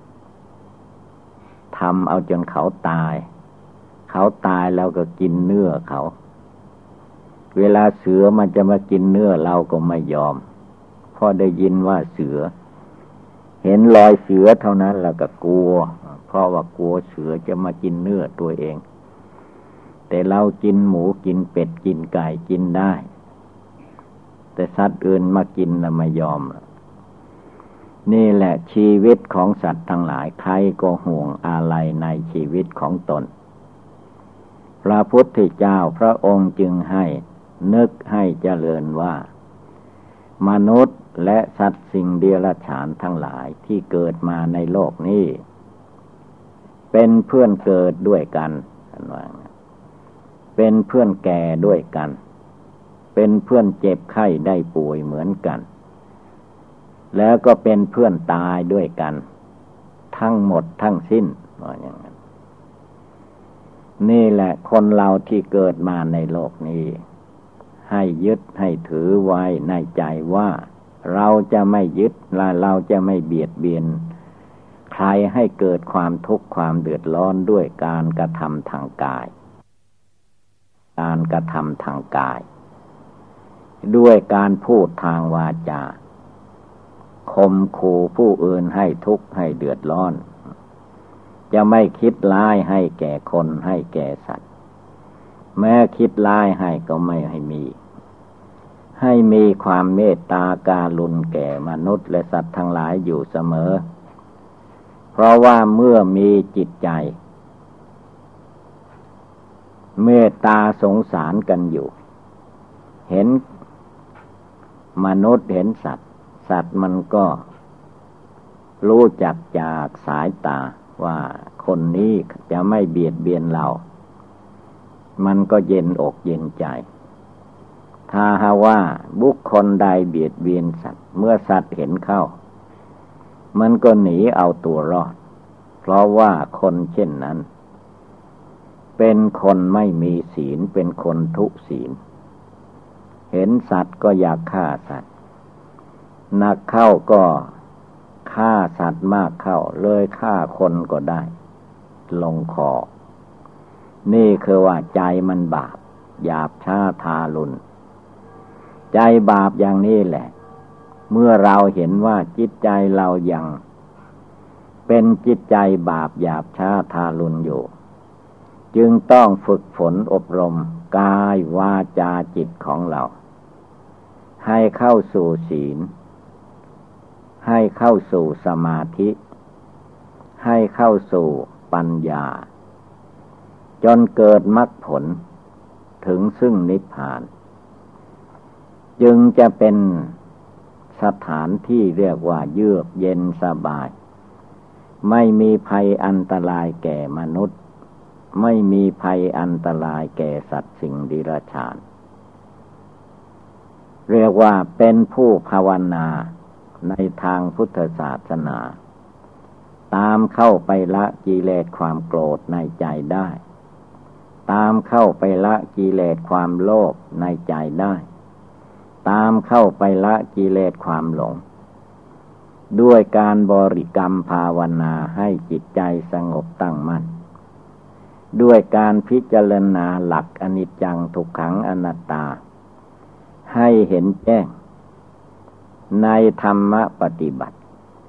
ทำเอาจนเขาตายเขาตายแล้วก็กินเนื้อเขาเวลาเสือมันจะมากินเนื้อเราก็ไม่ยอมพอได้ยินว่าเสือเห็นรอยเสือเท่านั้นแล้วก็กลัวเพราะว่ากลัวเสือจะมากินเนื้อตัวเองแต่เรากินหมูกินเป็ดกินไก่กินได้แต่สัตว์อื่นมากินเราไม่ยอมนี่แหละชีวิตของสัตว์ทั้งหลายใครก็ห่วงอาลัยในชีวิตของตนพระพุทธเจ้าพระองค์จึงให้นึกให้เจริญว่ามนุษย์และสัตว์สิ่งเดรัจฉานทั้งหลายที่เกิดมาในโลกนี้เป็นเพื่อนเกิดด้วยกันเป็นเพื่อนแก่ด้วยกันเป็นเพื่อนเจ็บไข้ได้ป่วยเหมือนกันแล้วก็เป็นเพื่อนตายด้วยกันทั้งหมดทั้งสิ้นว่าอย่างนั้นนี่แหละคนเราที่เกิดมาในโลกนี้ให้ยึดให้ถือไว้ในใจว่าเราจะไม่ยึดและเราจะไม่เบียดเบียนใครให้เกิดความทุกข์ความเดือดร้อนด้วยการกระทำทางกายการกระทำทางกายด้วยการพูดทางวาจาข่มขู่ผู้อื่นให้ทุกข์ให้เดือดร้อนจะไม่คิดร้ายให้แก่คนให้แก่สัตว์แม้คิดร้ายให้ก็ไม่ให้มีให้มีความเมตตาการุณแก่มนุษย์และสัตว์ทั้งหลายอยู่เสมอเพราะว่าเมื่อมีจิตใจเมตตาสงสารกันอยู่เห็นมนุษย์เห็นสัตว์สัตว์มันก็รู้จักจากสายตาว่าคนนี้จะไม่เบียดเบียนเรามันก็เย็นอกเย็นใจถ้าหาว่าบุคคลใดเบียดเบียนสัตว์เมื่อสัตว์เห็นเข้ามันก็หนีเอาตัวรอดเพราะว่าคนเช่นนั้นเป็นคนไม่มีศีลเป็นคนทุศีลเห็นสัตว์ก็อยากฆ่าสัตว์หนักเข้าก็ฆ่าสัตว์มากเข้าเลยฆ่าคนก็ได้ลงคอนี่คือว่าใจมันบาปหยาบช้าทารุณใจบาปอย่างนี้แหละเมื่อเราเห็นว่าจิตใจเรายังเป็นจิตใจบาปหยาบช้าทารุณอยู่จึงต้องฝึกฝนอบรมกายวาจาจิตของเราให้เข้าสู่ศีลให้เข้าสู่สมาธิให้เข้าสู่ปัญญาจนเกิดมรรคผลถึงซึ่งนิพพานจึงจะเป็นสถานที่เรียกว่าเยือกเย็นสบายไม่มีภัยอันตรายแก่มนุษย์ไม่มีภัยอันตรายแก่สัตว์สิ่งเดรัจฉานเรียกว่าเป็นผู้ภาวนาในทางพุทธศาสนาตามเข้าไปละกิเลสความโกรธในใจได้ตามเข้าไปละกิเลสความโลภในใจได้ตามเข้าไปละกิเลสความหลงด้วยการบริกรรมภาวนาให้จิตใจสงบตั้งมั่นด้วยการพิจารณาหลักอนิจจังทุกขังอนัตตาให้เห็นแจ้งในธรรมปฏิบัติ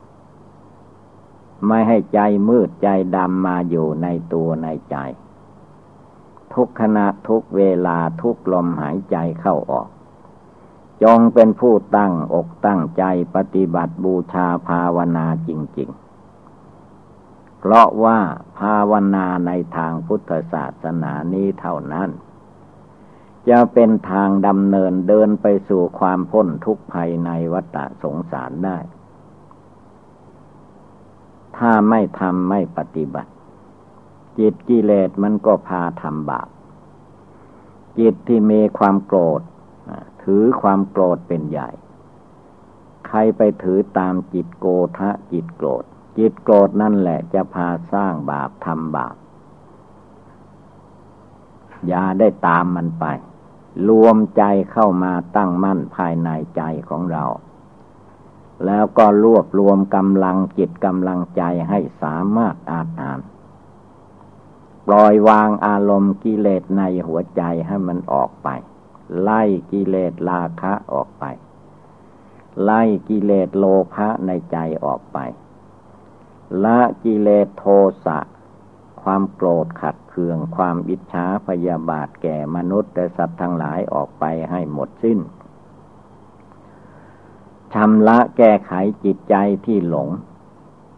ไม่ให้ใจมืดใจดำมาอยู่ในตัวในใจทุกขณะทุกเวลาทุกลมหายใจเข้าออกจงเป็นผู้ตั้งอกตั้งใจปฏิบัติบูชาภาวนาจริงๆเพราะว่าภาวนาในทางพุทธศาสนานี้เท่านั้นจะเป็นทางดำเนินเดินไปสู่ความพ้นทุกข์ภัยในวัฏสงสารได้ถ้าไม่ทำไม่ปฏิบัติจิตกิเลสมันก็พาทำบาปจิตที่มีความโกรธถือความโกรธเป็นใหญ่ใครไปถือตามจิตโกฏะจิตโกรธจิตโกรธนั่นแหละจะพาสร้างบาปทำบาปอย่าได้ตามมันไปรวมใจเข้ามาตั้งมั่นภายในใจของเราแล้วก็รวบรวมกำลังจิตกำลังใจให้สามารถอาจอ่านปล่อยวางอารมณ์กิเลสในหัวใจให้มันออกไปไล่กิเลสราคะออกไปไล่กิเลสโลภะในใจออกไปละกิเลสโทสะความโกรธขัดเคืองความอิจฉาพยาบาทแก่มนุษย์และสัตว์ทั้งหลายออกไปให้หมดสิ้นชำระแก้ไขจิตใจที่หลง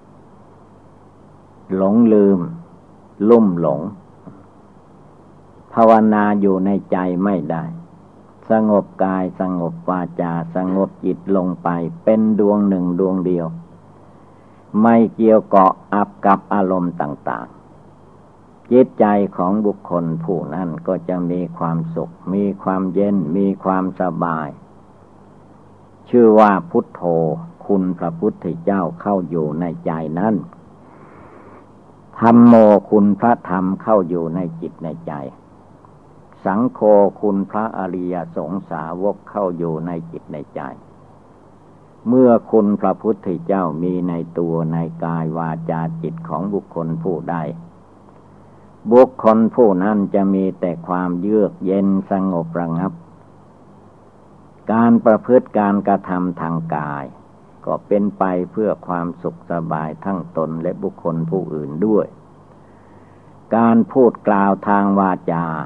หลงลืมลุ่มหลงภาวนาอยู่ในใจไม่ได้สงบกายสงบวาจาสงบจิตลงไปเป็นดวงหนึ่งดวงเดียวไม่เกี่ยวเกาะอับกับอารมณ์ต่างๆจิตใจของบุคคลผู้นั้นก็จะมีความสุขมีความเย็นมีความสบายชื่อว่าพุทโธคุณพระพุทธเจ้าเข้าอยู่ในใจนั้นธัมโมคุณพระธรรมเข้าอยู่ในจิตในใจสังโฆคุณพระอริยสงสาวกเข้าอยู่ในจิตในใจเมื่อคุณพระพุทธเจ้ามีในตัวในกายวาจาจิตของบุคคลผู้ใดบุคคลผู้นั้นจะมีแต่ความเยือกเย็นสงบระงับการประพฤติการกระทำทางกายก็เป็นไปเพื่อความสุขสบายทั้งตนและบุคคลผู้อื่นด้วยการพูดกล่าวทางวา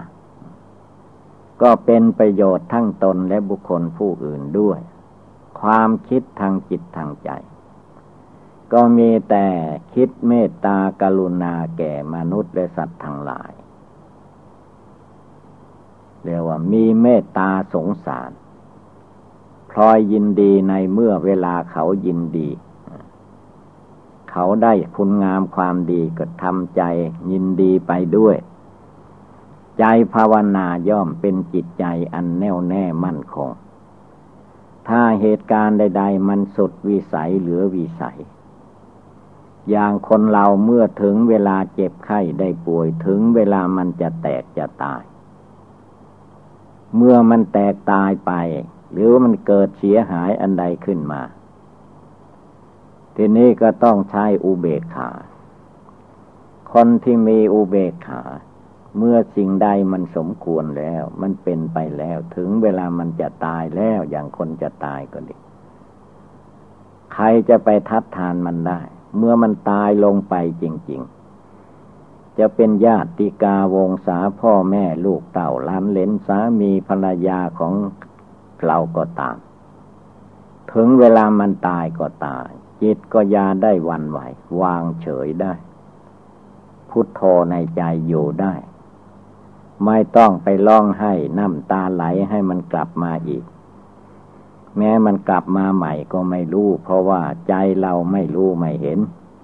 จาก็เป็นประโยชน์ทั้งตนและบุคคลผู้อื่นด้วยความคิดทางจิตทางใจก็มีแต่คิดเมตตากรุณาแก่มนุษย์และสัตว์ทั้งหลายเรียกว่ามีเมตตาสงสารพลอยยินดีในเมื่อเวลาเขายินดีเขาได้คุณงามความดีก็ทำใจยินดีไปด้วยใจภาวนาย่อมเป็นจิตใจอันแน่วแน่มั่นคงถ้าเหตุการณ์ใดๆมันสุดวิสัยเหลือวิสัยอย่างคนเราเมื่อถึงเวลาเจ็บไข้ได้ป่วยถึงเวลามันจะแตกจะตายเมื่อมันแตกตายไปหรือมันเกิดเสียหายอันใดขึ้นมาทีนี้ก็ต้องใช้อุเบกขาคนที่มีอุเบกขาเมื่อสิ่งใดมันสมควรแล้วมันเป็นไปแล้วถึงเวลามันจะตายแล้วอย่างคนจะตายก็ดีใครจะไปทัดทานมันได้เมื่อมันตายลงไปจริงๆจะเป็นญาติกาวงศาพ่อแม่ลูกเต่าหลานเหลนสามีภรรยาของเราก็ตามถึงเวลามันตายก็ตายจิตก็ยาได้หวั่นไหววางเฉยได้พุทโธในใจอยู่ได้ไม่ต้องไปร้องไห้น้ำตาไหลให้มันกลับมาอีกแม้มันกลับมาใหม่ก็ไม่รู้เพราะว่าใจเราไม่รู้ไม่เห็น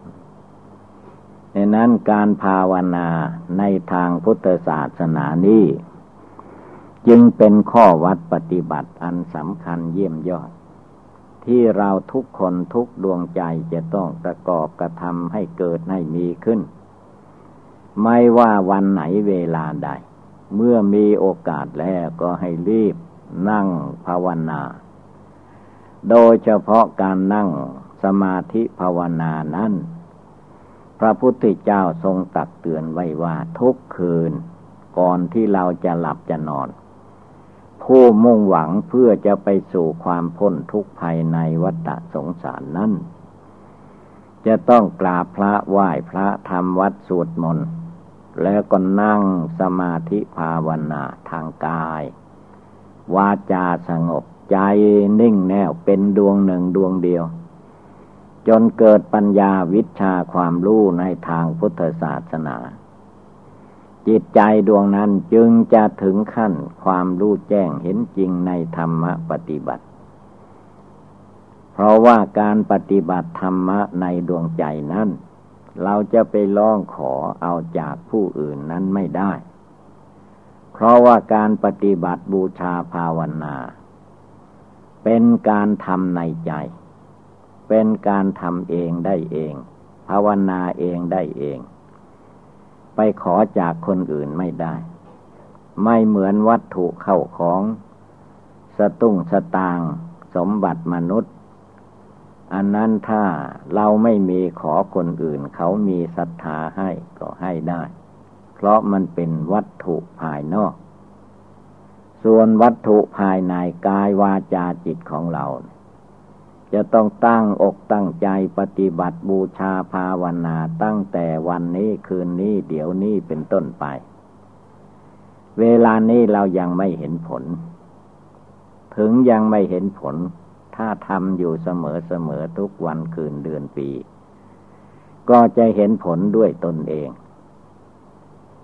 ดังนั้นการภาวนาในทางพุทธศาสนานี้จึงเป็นข้อวัดปฏิบัติอันสำคัญเยี่ยมยอดที่เราทุกคนทุกดวงใจจะต้องประกอบกระทำให้เกิดให้มีขึ้นไม่ว่าวันไหนเวลาใดเมื่อมีโอกาสแล้วก็ให้รีบนั่งภาวนาโดยเฉพาะการนั่งสมาธิภาวนานั้นพระพุทธเจ้าทรงตักเตือนไว้ว่าทุกคืนก่อนที่เราจะหลับจะนอนผู้มุ่งหวังเพื่อจะไปสู่ความพ้นทุกข์ภายในวัฏสงสารนั้นจะต้องกราบพระไหว้พระทำวัดสวดมนต์แล้วก็นั่งสมาธิภาวนาทางกายวาจาสงบใจนิ่งแน่วเป็นดวงหนึ่งดวงเดียวจนเกิดปัญญาวิชาความรู้ในทางพุทธศาสนาจิตใจดวงนั้นจึงจะถึงขั้นความรู้แจ้งเห็นจริงในธรรมปฏิบัติเพราะว่าการปฏิบัติธรรมะในดวงใจนั้นเราจะไปร้องขอเอาจากผู้อื่นนั้นไม่ได้เพราะว่าการปฏิบัติบูชาภาวนาเป็นการทำในใจเป็นการทำเองได้เองภาวนาเองได้เองไปขอจากคนอื่นไม่ได้ไม่เหมือนวัตถุเข้าของสตุ้งสตางค์สมบัติมนุษย์อันนั้นถ้าเราไม่มีขอคนอื่นเขามีศรัทธาให้ก็ให้ได้เพราะมันเป็นวัตถุภายนอกส่วนวัตถุภายในกายวาจาจิตของเราจะต้องตั้งอกตั้งใจปฏิบัติบูชาภาวนาตั้งแต่วันนี้คืนนี้เดี๋ยวนี้เป็นต้นไปเวลานี้เรายังไม่เห็นผลถึงยังไม่เห็นผลถ้าทำอยู่เสมอๆทุกวันคืนเดือนปีก็จะเห็นผลด้วยตนเอง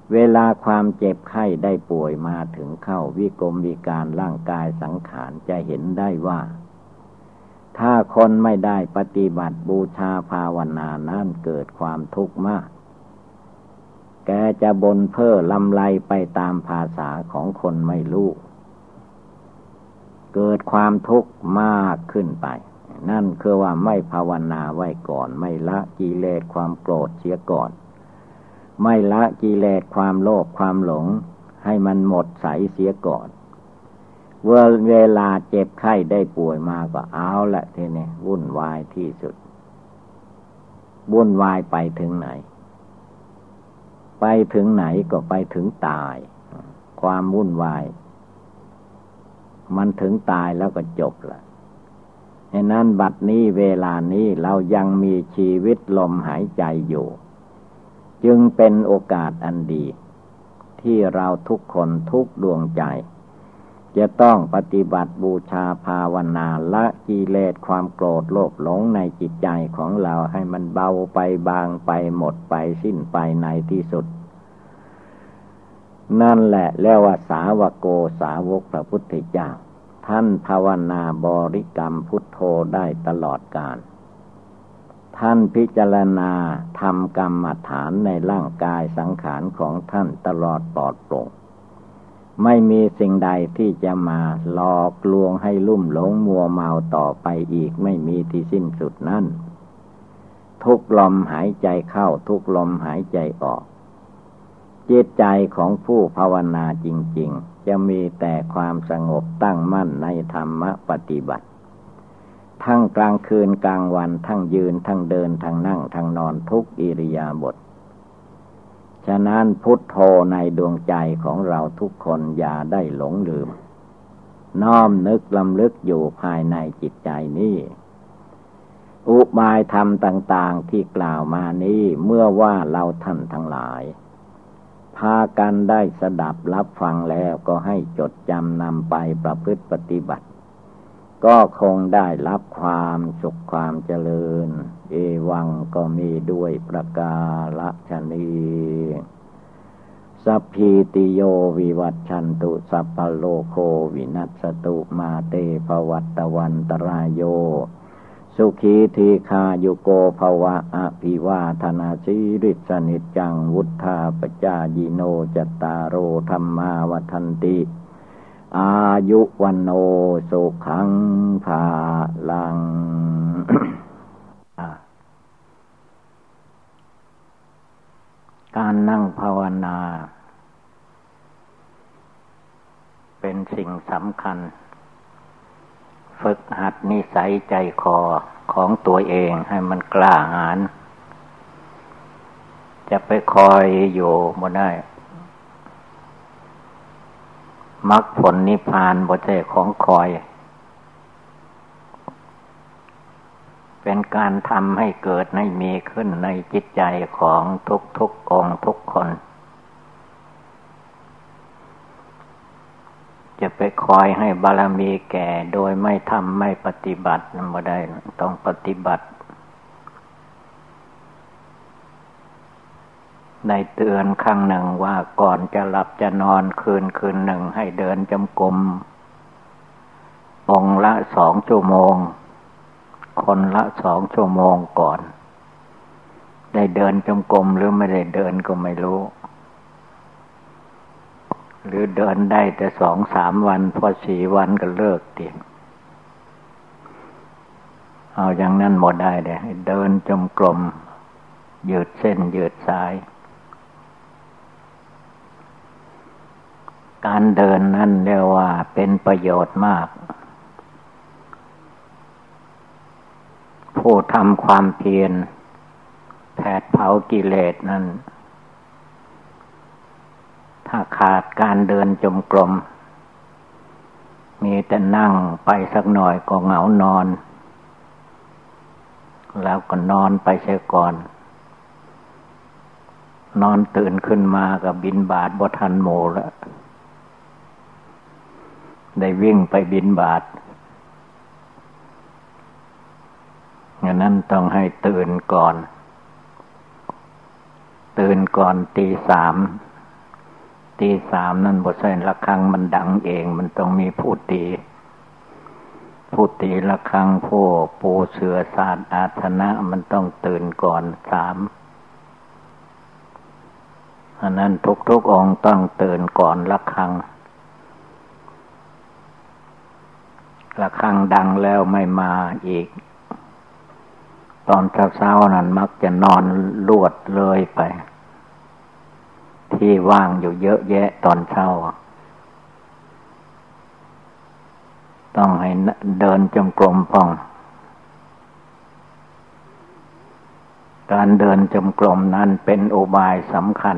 เวลาความเจ็บไข้ได้ป่วยมาถึงเข้าวิกลมวิการร่างกายสังขารจะเห็นได้ว่าถ้าคนไม่ได้ปฏิบัติบูชาภาวนานั้นเกิดความทุกข์มากแกจะบ่นเพ้อลำไรไปตามภาษาของคนไม่รู้เกิดความทุกข์มากขึ้นไปนั่นคือว่าไม่ภาวนาไว้ก่อนไม่ละกิเลสความโกรธเสียก่อนไม่ละกิเลสความโลภความหลงให้มันหมดใสเสียก่อนเวลาเจ็บไข้ได้ป่วยมาก็เอาละทีนี้วุ่นวายที่สุดวุ่นวายไปถึงไหนไปถึงไหนก็ไปถึงตายความวุ่นวายมันถึงตายแล้วก็จบละฉะนั้นบัดนี้เวลานี้เรายังมีชีวิตลมหายใจอยู่จึงเป็นโอกาสอันดีที่เราทุกคนทุกดวงใจจะต้องปฏิบัติบูชาภาวนาละกิเลสความโกรธโลภหลงในจิตใจของเราให้มันเบาไปบางไปหมดไปสิ้นไปในที่สุดนั่นแหละเรียกว่าสาวกโกสาวกพระพุทธเจ้าท่านภาวนาบริกรรมพุทโธได้ตลอดกาลท่านพิจารณาทำกรรมฐานในร่างกายสังขารของท่านตลอดปลอดโปร่งไม่มีสิ่งใดที่จะมาหลอกลวงให้ลุ่มหลงมัวเมาต่อไปอีกไม่มีที่สิ้นสุดนั่นทุกลมหายใจเข้าทุกลมหายใจออกจิตใจของผู้ภาวนาจริงๆจะมีแต่ความสงบตั้งมั่นในธรรมปฏิบัติทั้งกลางคืนกลางวันทั้งยืนทั้งเดินทั้งนั่งทั้งนอนทุกอิริยาบถฉะนั้นพุทโธในดวงใจของเราทุกคนอย่าได้หลงลืมน้อมนึกลำลึกอยู่ภายในจิตใจนี้อุบายธรรมต่างๆที่กล่าวมานี้เมื่อว่าเราท่านทั้งหลายพากันได้สดับรับฟังแล้วก็ให้จดจำนำไปประพฤติปฏิบัติก็คงได้รับความสุขความเจริญเอวังก็มีด้วยประกาศนีสัพพิติโยวิวัชชันตุสัพพโลโควินัสสตุมาเตภวัตวันตรายโยสุขีทีคายุโกภวะอภิวาทนาสีริสนิจจังวุธาปจายิโนจตารโอธรรมาวัฏันติอายุวันโนสุขังภาลัง การนั่งภาวนาเป็นสิ่งสำคัญฝึกหัดนิสัยใจคอของตัวเองให้มันกล้าหาญจะไปคอยอยู่บ่ได้มรรคผลนิพพานบ่ใช่ของคอยเป็นการทำให้เกิดให้มีขึ้นในจิตใจของทุกๆองค์ทุกคนจะไปคอยให้บารมีแก่โดยไม่ทำไม่ปฏิบัตินั่นบ่ได้ต้องปฏิบัติได้เตือนครั้งหนึ่งว่าก่อนจะหลับจะนอนคืนคืนหนึ่งให้เดินจงกรมองค์ละสองชั่วโมงคนละสองชั่วโมงก่อนได้เดินจงกรมหรือไม่ได้เดินก็ไม่รู้หรือเดินได้แต่สองสามวันพอสี่วันก็เลิกเตียงเอาอย่างนั้นหมดได้เลยเดินจงกรมยืดเส้นยืดสายการเดินนั่นเรียกว่าเป็นประโยชน์มากผู้ทำความเพียรแผดเผากิเลสนั้นถ้าขาดการเดินจงกรมมีแต่นั่งไปสักหน่อยก็เหงานอนแล้วก็นอนไปเสียก่อนนอนตื่นขึ้นมาก็บิณฑบาตบ่ทันหมู่แล้วได้วิ่งไปบิณฑบาตงั้นนั้นต้องให้ตื่นก่อนตื่นก่อนตีสามตีสามนั่นบ่ใช่ระฆังมันดังเองมันต้องมีผู้ตีผู้ตีระฆังผู้ปูเสือศาสตร์อาสนะมันต้องตื่นก่อนสามอันนั้นทุกๆองค์ต้องตื่นก่อนระฆังระฆังดังแล้วไม่มาอีกตอนเช้าๆนั้นมักจะนอนลวดเลยไปที่ว่างอยู่เยอะแยะตอนเช้าต้องให้เดินจงกรมป้องการเดินจงกรมนั้นเป็นอุบายสำคัญ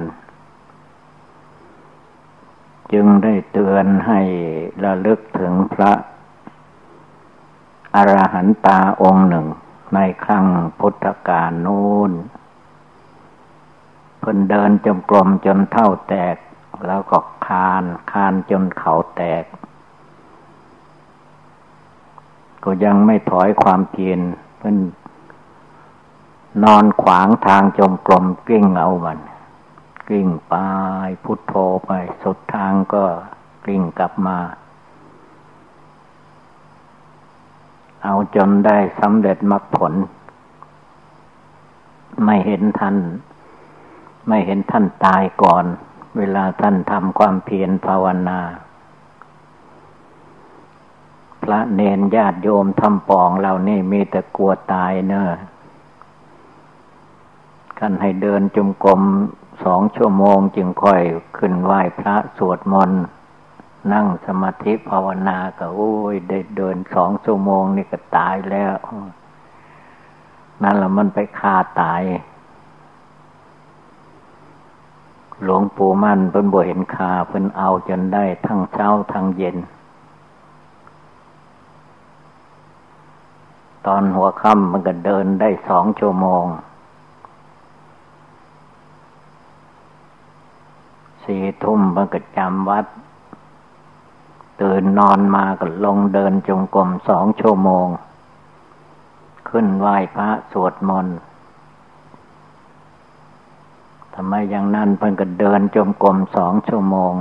จึงได้เตือนให้ระลึกถึงพระอรหันตาองค์หนึ่งในครั้งพุทธกาลนู้นเพิ่นเดินจงกรมจนเท่าแตกแล้วก็คานคานจนเข่าแตกก็ยังไม่ถอยความเพียรเพิ่นนอนขวางทางจงกรมกลิ้งเอามันกลิ้งไปพุทโธไปสุดทางก็กลิ้งกลับมาเอาจนได้สำเร็จมรรคผลไม่เห็นท่านไม่เห็นท่านตายก่อนเวลาท่านทำความเพียรภาวนาพระเณรญาติโยมทำปองเรานี่มีแต่กลัวตายเนอะท่านให้เดินจงกรมสองชั่วโมงจึงค่อยขึ้นไหว้พระสวดมนต์นั่งสมาธิภาวนาก็โอ้ยได้เดินสองชั่วโมงนี่ก็ตายแล้วนั่นแหละมันไปฆ่าตายหลวงปู่มั่นเพิ่นบ่เห็นค่าเพิ่นเอาจนได้ทั้งเช้าทั้งเย็นตอนหัวค่ำมันก็เดินได้สองชั่วโมงสี่ทุ่มมันก็จำวัดตื่นนอนมาก็ลงเดินจงกรมสองชั่วโมงขึ้นไหว้พระสวดมนต์ทำไมอย่างนั้นเพิ่นก็เดินจงกรมสองชั่วโมง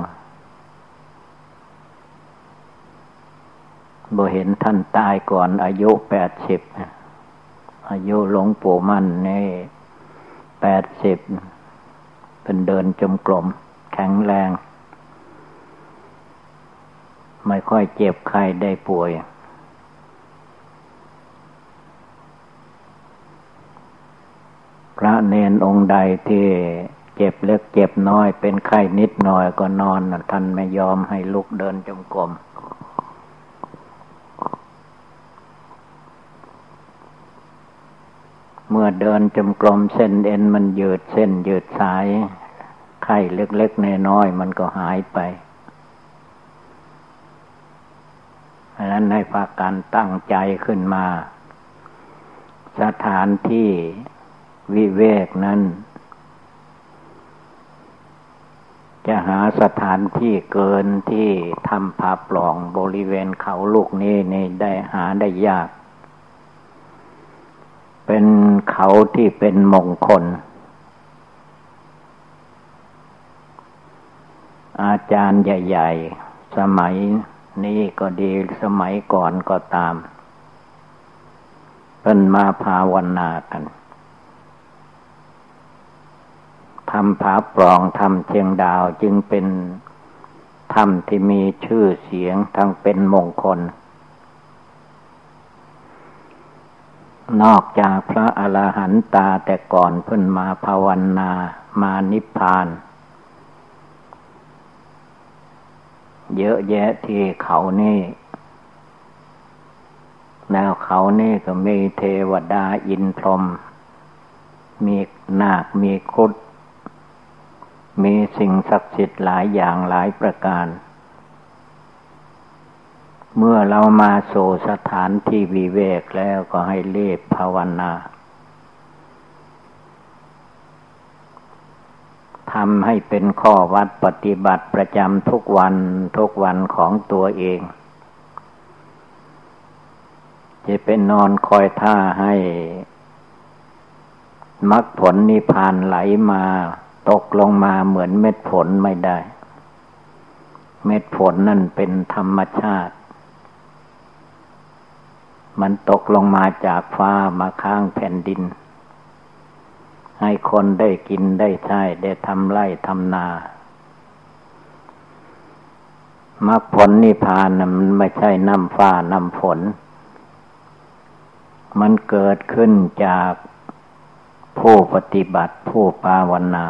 บ่เห็นท่านตายก่อนอายุแปดสิบอายุหลวงปู่มั่นนี่แปดสิบเป็นเดินจงกรมแข็งแรงไม่ค่อยเจ็บไข้ได้ป่วยพระเณรองค์ใดที่เจ็บเล็กเจ็บน้อยเป็นไข้นิดหน่อยก็นอนท่านไม่ยอมให้ลุกเดินจงกรมเมื่อเดินจงกรมเส้นเอ็นมันยืดเส้นยืดสายไข้เล็กๆน้อยๆมันก็หายไปเพราะนั้นให้พากันตั้งใจขึ้นมาสถานที่วิเวกนั้นจะหาสถานที่เกินที่ทำผาปล่องบริเวณเขาลูกนี้นี่ได้หาได้ยากเป็นเขาที่เป็นมงคลอาจารย์ใหญ่ๆสมัยนี้ก็ดีสมัยก่อนก็ตามเพิ่นมาภาวนากันทำผาปล่องทำเชียงดาวจึงเป็นถ้ำที่มีชื่อเสียงทั้งเป็นมงคลนอกจากพระอรหันตาแต่ก่อนเพิ่นมาภาวนามานิพพานเยอะแยะที่เขานี่แนวเขานี่ก็มีเทวดาอินทร์พรหมมีนาคมีครุฑมีสิ่งศักดิ์สิทธิ์หลายอย่างหลายประการเมื่อเรามาสู่สถานที่วิเวกแล้วก็ให้รีบภาวนาทำให้เป็นข้อวัดปฏิบัติประจำทุกวันทุกวันของตัวเองจะเป็นนอนคอยท่าให้มรรคผลนิพพานไหลมาตกลงมาเหมือนเม็ดฝนไม่ได้เม็ดฝนนั่นเป็นธรรมชาติมันตกลงมาจากฟ้ามาข้างแผ่นดินให้คนได้กินได้ใช้ได้ทำไร่ทำนามรรคผลนิพพานน่ะมันไม่ใช่น้ำฟ้าน้ำฝนมันเกิดขึ้นจากผู้ปฏิบัติผู้ภาวนา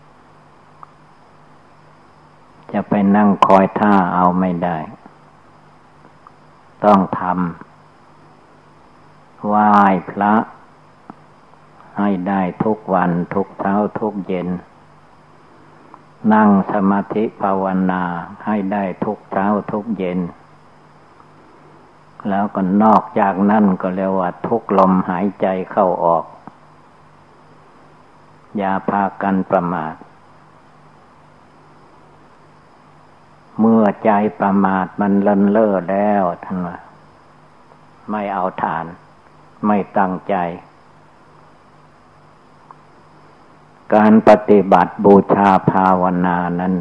จะไปนั่งคอยท่าเอาไม่ได้ต้องทำไหว้พระให้ได้ทุกวันทุกเช้าทุกเย็นนั่งสมาธิภาวนาให้ได้ทุกเช้าทุกเย็นแล้วก็นอกจากนั้นก็เรียกว่าทุกลมหายใจเข้าออกอย่าพากันประมาทเมื่อใจประมาทมันเลินเล่อแล้วท่านว่าไม่เอาฐานไม่ตั้งใจการปฏิบัติบูชาภาวนานั้น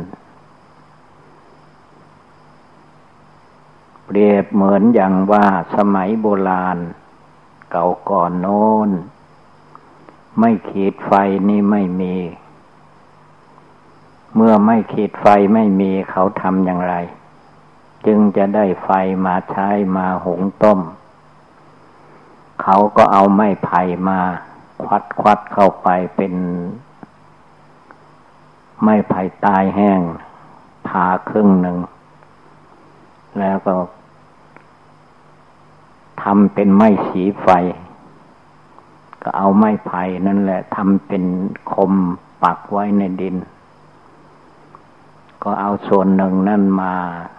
เปรียบเหมือนอย่างว่าสมัยโบราณเก่าก่อนโน้นไม่ขีดไฟนี่ไม่มีเมื่อไม่ขีดไฟไม่มีเขาทำอย่างไรจึงจะได้ไฟมาใช้มาหุงต้มเขาก็เอาไม้ไผ่มาควัดควัดเข้าไปเป็นไม้ไผ่ตายแห้งผ่าครึ่งหนึ่งแล้วก็ทำเป็นไม้สีไฟก็เอาไม้ไผ่นั่นแหละทำเป็นคมปักไว้ในดินก็เอาส่วนหนึ่งนั่นมา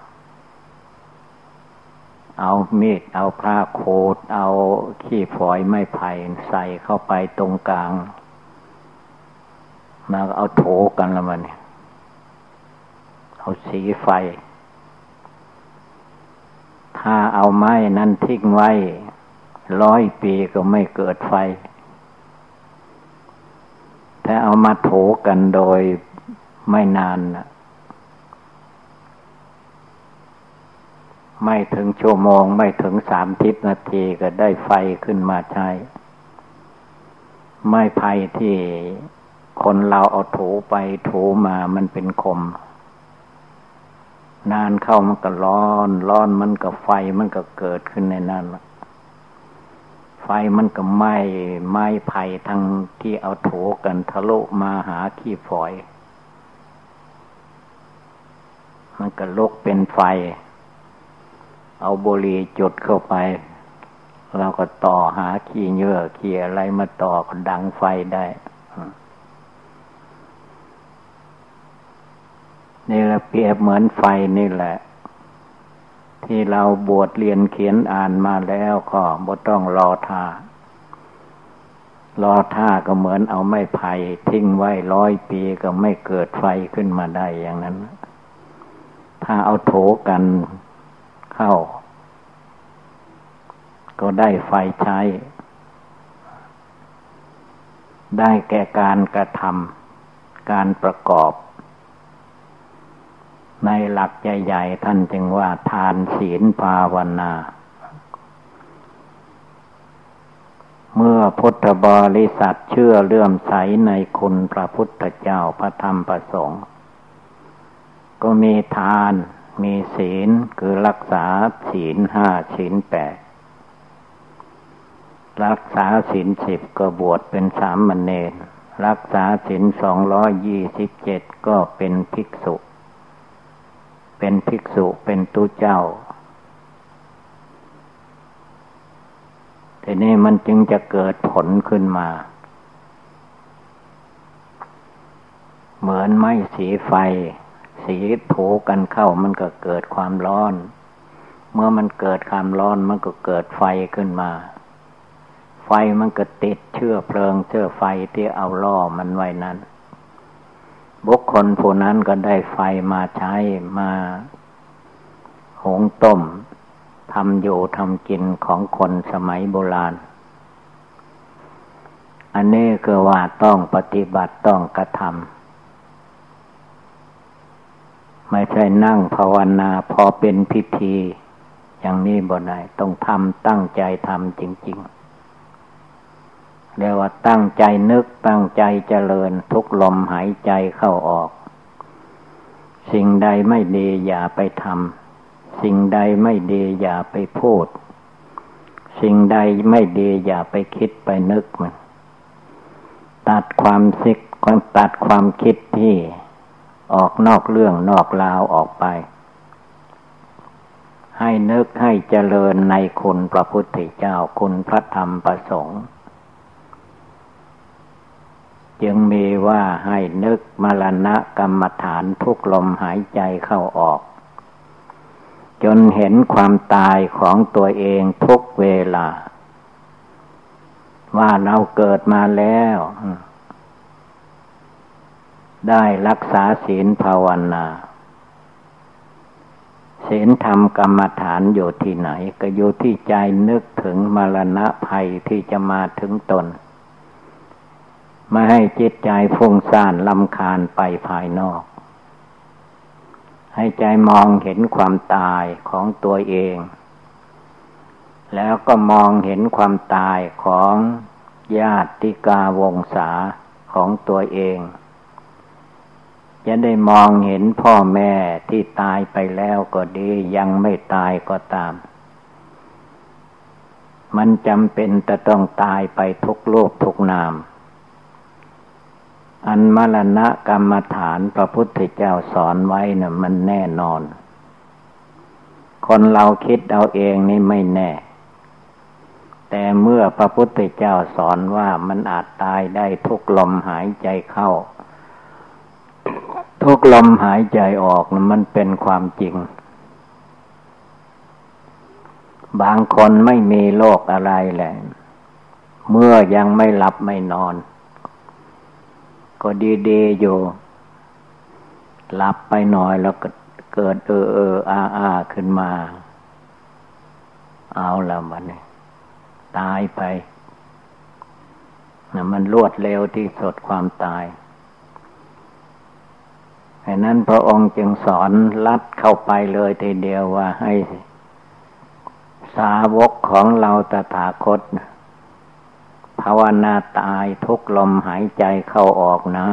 เอามีดเอาผ้าโคดเอาขี้ฝอยไม้ไผ่ใส่เข้าไปตรงกลางแล้วเอาโถกันละมันเอาสีไฟถ้าเอาไม้นั้นทิ้งไว้ร้อยปีก็ไม่เกิดไฟถ้าเอามาโถกันโดยไม่นานนะไม่ถึงชั่วโมงไม่ถึงสามสิบนาทีก็ได้ไฟขึ้นมาใช้ไม้ไผ่ที่คนเราเอาถูไปถูมามันเป็นคมนานเข้ามันก็ร้อนร้อนมันก็ไฟมันก็เกิดขึ้นในนั้นไฟมันก็ไหม้ไม้ไผ่ทั้งที่เอาถูกันทะลุมาหาขี้ฝอยมันก็ลุกเป็นไฟเอาบุหรี่จุดเข้าไปเราก็ต่อหาขี้เหยื่อขี้อะไรมาต่อก็ดังไฟได้นี่แหละเปรียบเหมือนไฟนี่แหละที่เราบวชเรียนเขียนอ่านมาแล้วก็บ่ต้องรอท่ารอท่าก็เหมือนเอาไม้ไผ่ทิ้งไว้ร้อยปีก็ไม่เกิดไฟขึ้นมาได้อย่างนั้นถ้าเอาโถกันเข้าก็ได้ไฟใช้ได้แก่การกระทำการประกอบในหลักใหญ่ๆท่านจึงว่าทานศีลภาวนาเมื่อพุทธบริษัทเชื่อเลื่อมใสในคุณพระพุทธเจ้าพระธรรมพระสงฆ์ก็มีทานมีศีลคือรักษาศีลห้าศีลแปดรักษาศีลสิบก็บวชเป็นสามเณรรักษาศีลสองร้อยยี่สิบเจ็ดก็เป็นภิกษุเป็นภิกษุเป็นตุเจ้าทีนี้มันจึงจะเกิดผลขึ้นมาเหมือนไม้สีไฟสีถูกันเข้ามันก็เกิดความร้อนเมื่อมันเกิดความร้อนมันก็เกิดไฟขึ้นมาไฟมันก็ติดเชื้อเพลิงเชื้อไฟที่เอาล่อมันไว้นั้นบุคคลผู้นั้นก็ได้ไฟมาใช้มาหุงต้มทำอยู่ทำกินของคนสมัยโบราณอันนี้คือว่าต้องปฏิบัติต้องกระทไม่ใช่นั่งภาวนาพอเป็นพิธีอย่างนี้บ่ได้ต้องทำตั้งใจทำจริงๆเรียกว่าตั้งใจนึกตั้งใจเจริญทุกลมหายใจเข้าออกสิ่งใดไม่ดีอย่าไปทำสิ่งใดไม่ดีอย่าไปพูดสิ่งใดไม่ดีอย่าไปคิดไปนึกมันตัดความคิดความตัดความคิดที่ออกนอกเรื่องนอกราวออกไปให้นึกให้เจริญในคุณพระพุทธเจ้าคุณพระธรรมประสงค์จึงมีว่าให้นึกมรณะกรรมฐานทุกลมหายใจเข้าออกจนเห็นความตายของตัวเองทุกเวลาว่าเราเกิดมาแล้วได้รักษาศีลภาวนาศีลธรรมกรรมฐานอยู่ที่ไหนก็อยู่ที่ใจนึกถึงมรณะภัยที่จะมาถึงตนไม่ให้จิตใจฟุ้งซ่านรำคาญไปภายนอกให้ใจมองเห็นความตายของตัวเองแล้วก็มองเห็นความตายของญาติกาวงศาของตัวเองจะได้มองเห็นพ่อแม่ที่ตายไปแล้วก็ดียังไม่ตายก็ตามมันจำเป็นจะต้องตายไปทุกรูปทุกนามอันมรณะกรรมฐานพระพุทธเจ้าสอนไว้น่ะมันแน่นอนคนเราคิดเอาเองนี่ไม่แน่แต่เมื่อพระพุทธเจ้าสอนว่ามันอาจตายได้ทุกลมหายใจเข้าทุกลมหายใจออกมันเป็นความจริงบางคนไม่มีโรคอะไรแหละเมื่อยังไม่หลับไม่นอนก็ดีๆอยู่หลับไปหน่อยแล้วก็เกิดเออเอออาอาขึ้นมาเอาละมันนี่ตายไปนะมันรวดเร็วที่สุดความตายฉะนั้นพระองค์จึงสอนลัดเข้าไปเลยทีเดียวว่าให้สาวกของเราตถาคตภาวนาตายทุกลมหายใจเข้าออกนะ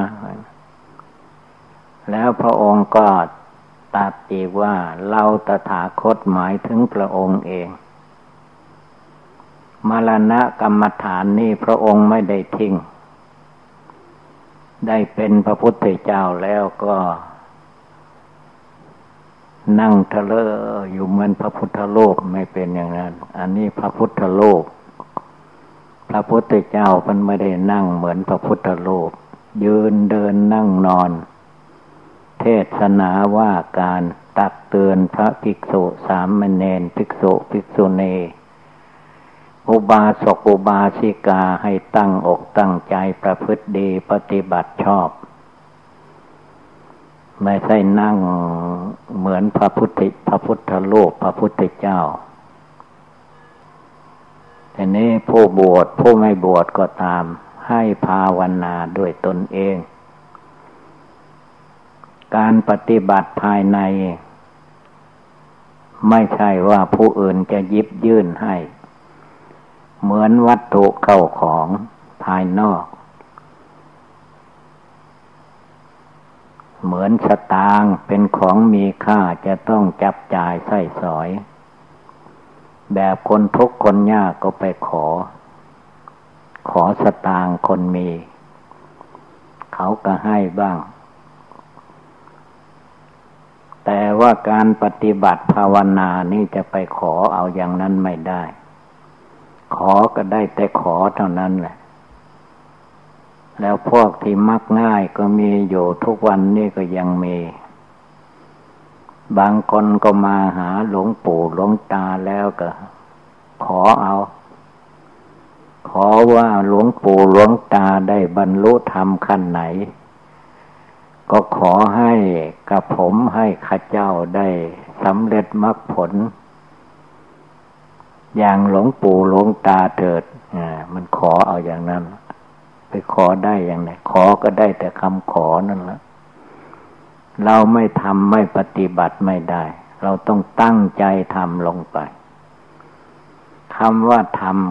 แล้วพระองค์ก็ตรัสอีกว่าเราตถาคตหมายถึงพระองค์เองมรณะกรรมฐานนี่พระองค์ไม่ได้ทิ้งได้เป็นพระพุทธเจ้าแล้วก็นั่งทะเลอยู่เหมือนพระพุทธโลกไม่เป็นอย่างนั้นอันนี้พระพุทธโลกพระพุทธเจ้ามันไม่ได้นั่งเหมือนพระพุทธโลกยืนเดินนั่งนอนเทศนาว่าการตักเตือนพระภิกษุสามเณรภิกษุภิกษุณีอุบาสกอุบาสิกาให้ตั้งอกตั้งใจประพฤติดีปฏิบัติชอบไม่ใช่นั่งเหมือนพระพุทธพระพุทธโลกพระพุทธเจ้าแต่นี้ผู้บวชผู้ไม่บวชก็ตามให้ภาวนาด้วยตนเองการปฏิบัติภายในไม่ใช่ว่าผู้อื่นจะหยิบยื่นให้เหมือนวัตถุเข้าของภายนอกเหมือนสตางค์เป็นของมีค่าจะต้องจับจ่ายใช้สอยแบบคนทุกข์คนยากก็ไปขอขอสตางค์คนมีเขาก็ให้บ้างแต่ว่าการปฏิบัติภาวนานี่จะไปขอเอาอย่างนั้นไม่ได้ขอก็ได้แต่ขอเท่านั้นแหละแล้วพวกที่มักง่ายก็มีอยู่ทุกวันนี้ก็ยังมีบางคนก็มาหาหลวงปู่หลวงตาแล้วก็ขอเอาขอว่าหลวงปู่หลวงตาได้บรรลุธรรมขั้นไหนก็ขอให้กับผมให้ข้าเจ้าได้สำเร็จมรรคผลอย่างหลวงปู่หลวงตาเถิดอ่ามันขอเอาอย่างนั้นไปขอได้อย่างไรขอก็ได้แต่คำขอนั่นแหละเราไม่ทำไม่ปฏิบัติไม่ได้เราต้องตั้งใจทำลงไปคำว่าทำ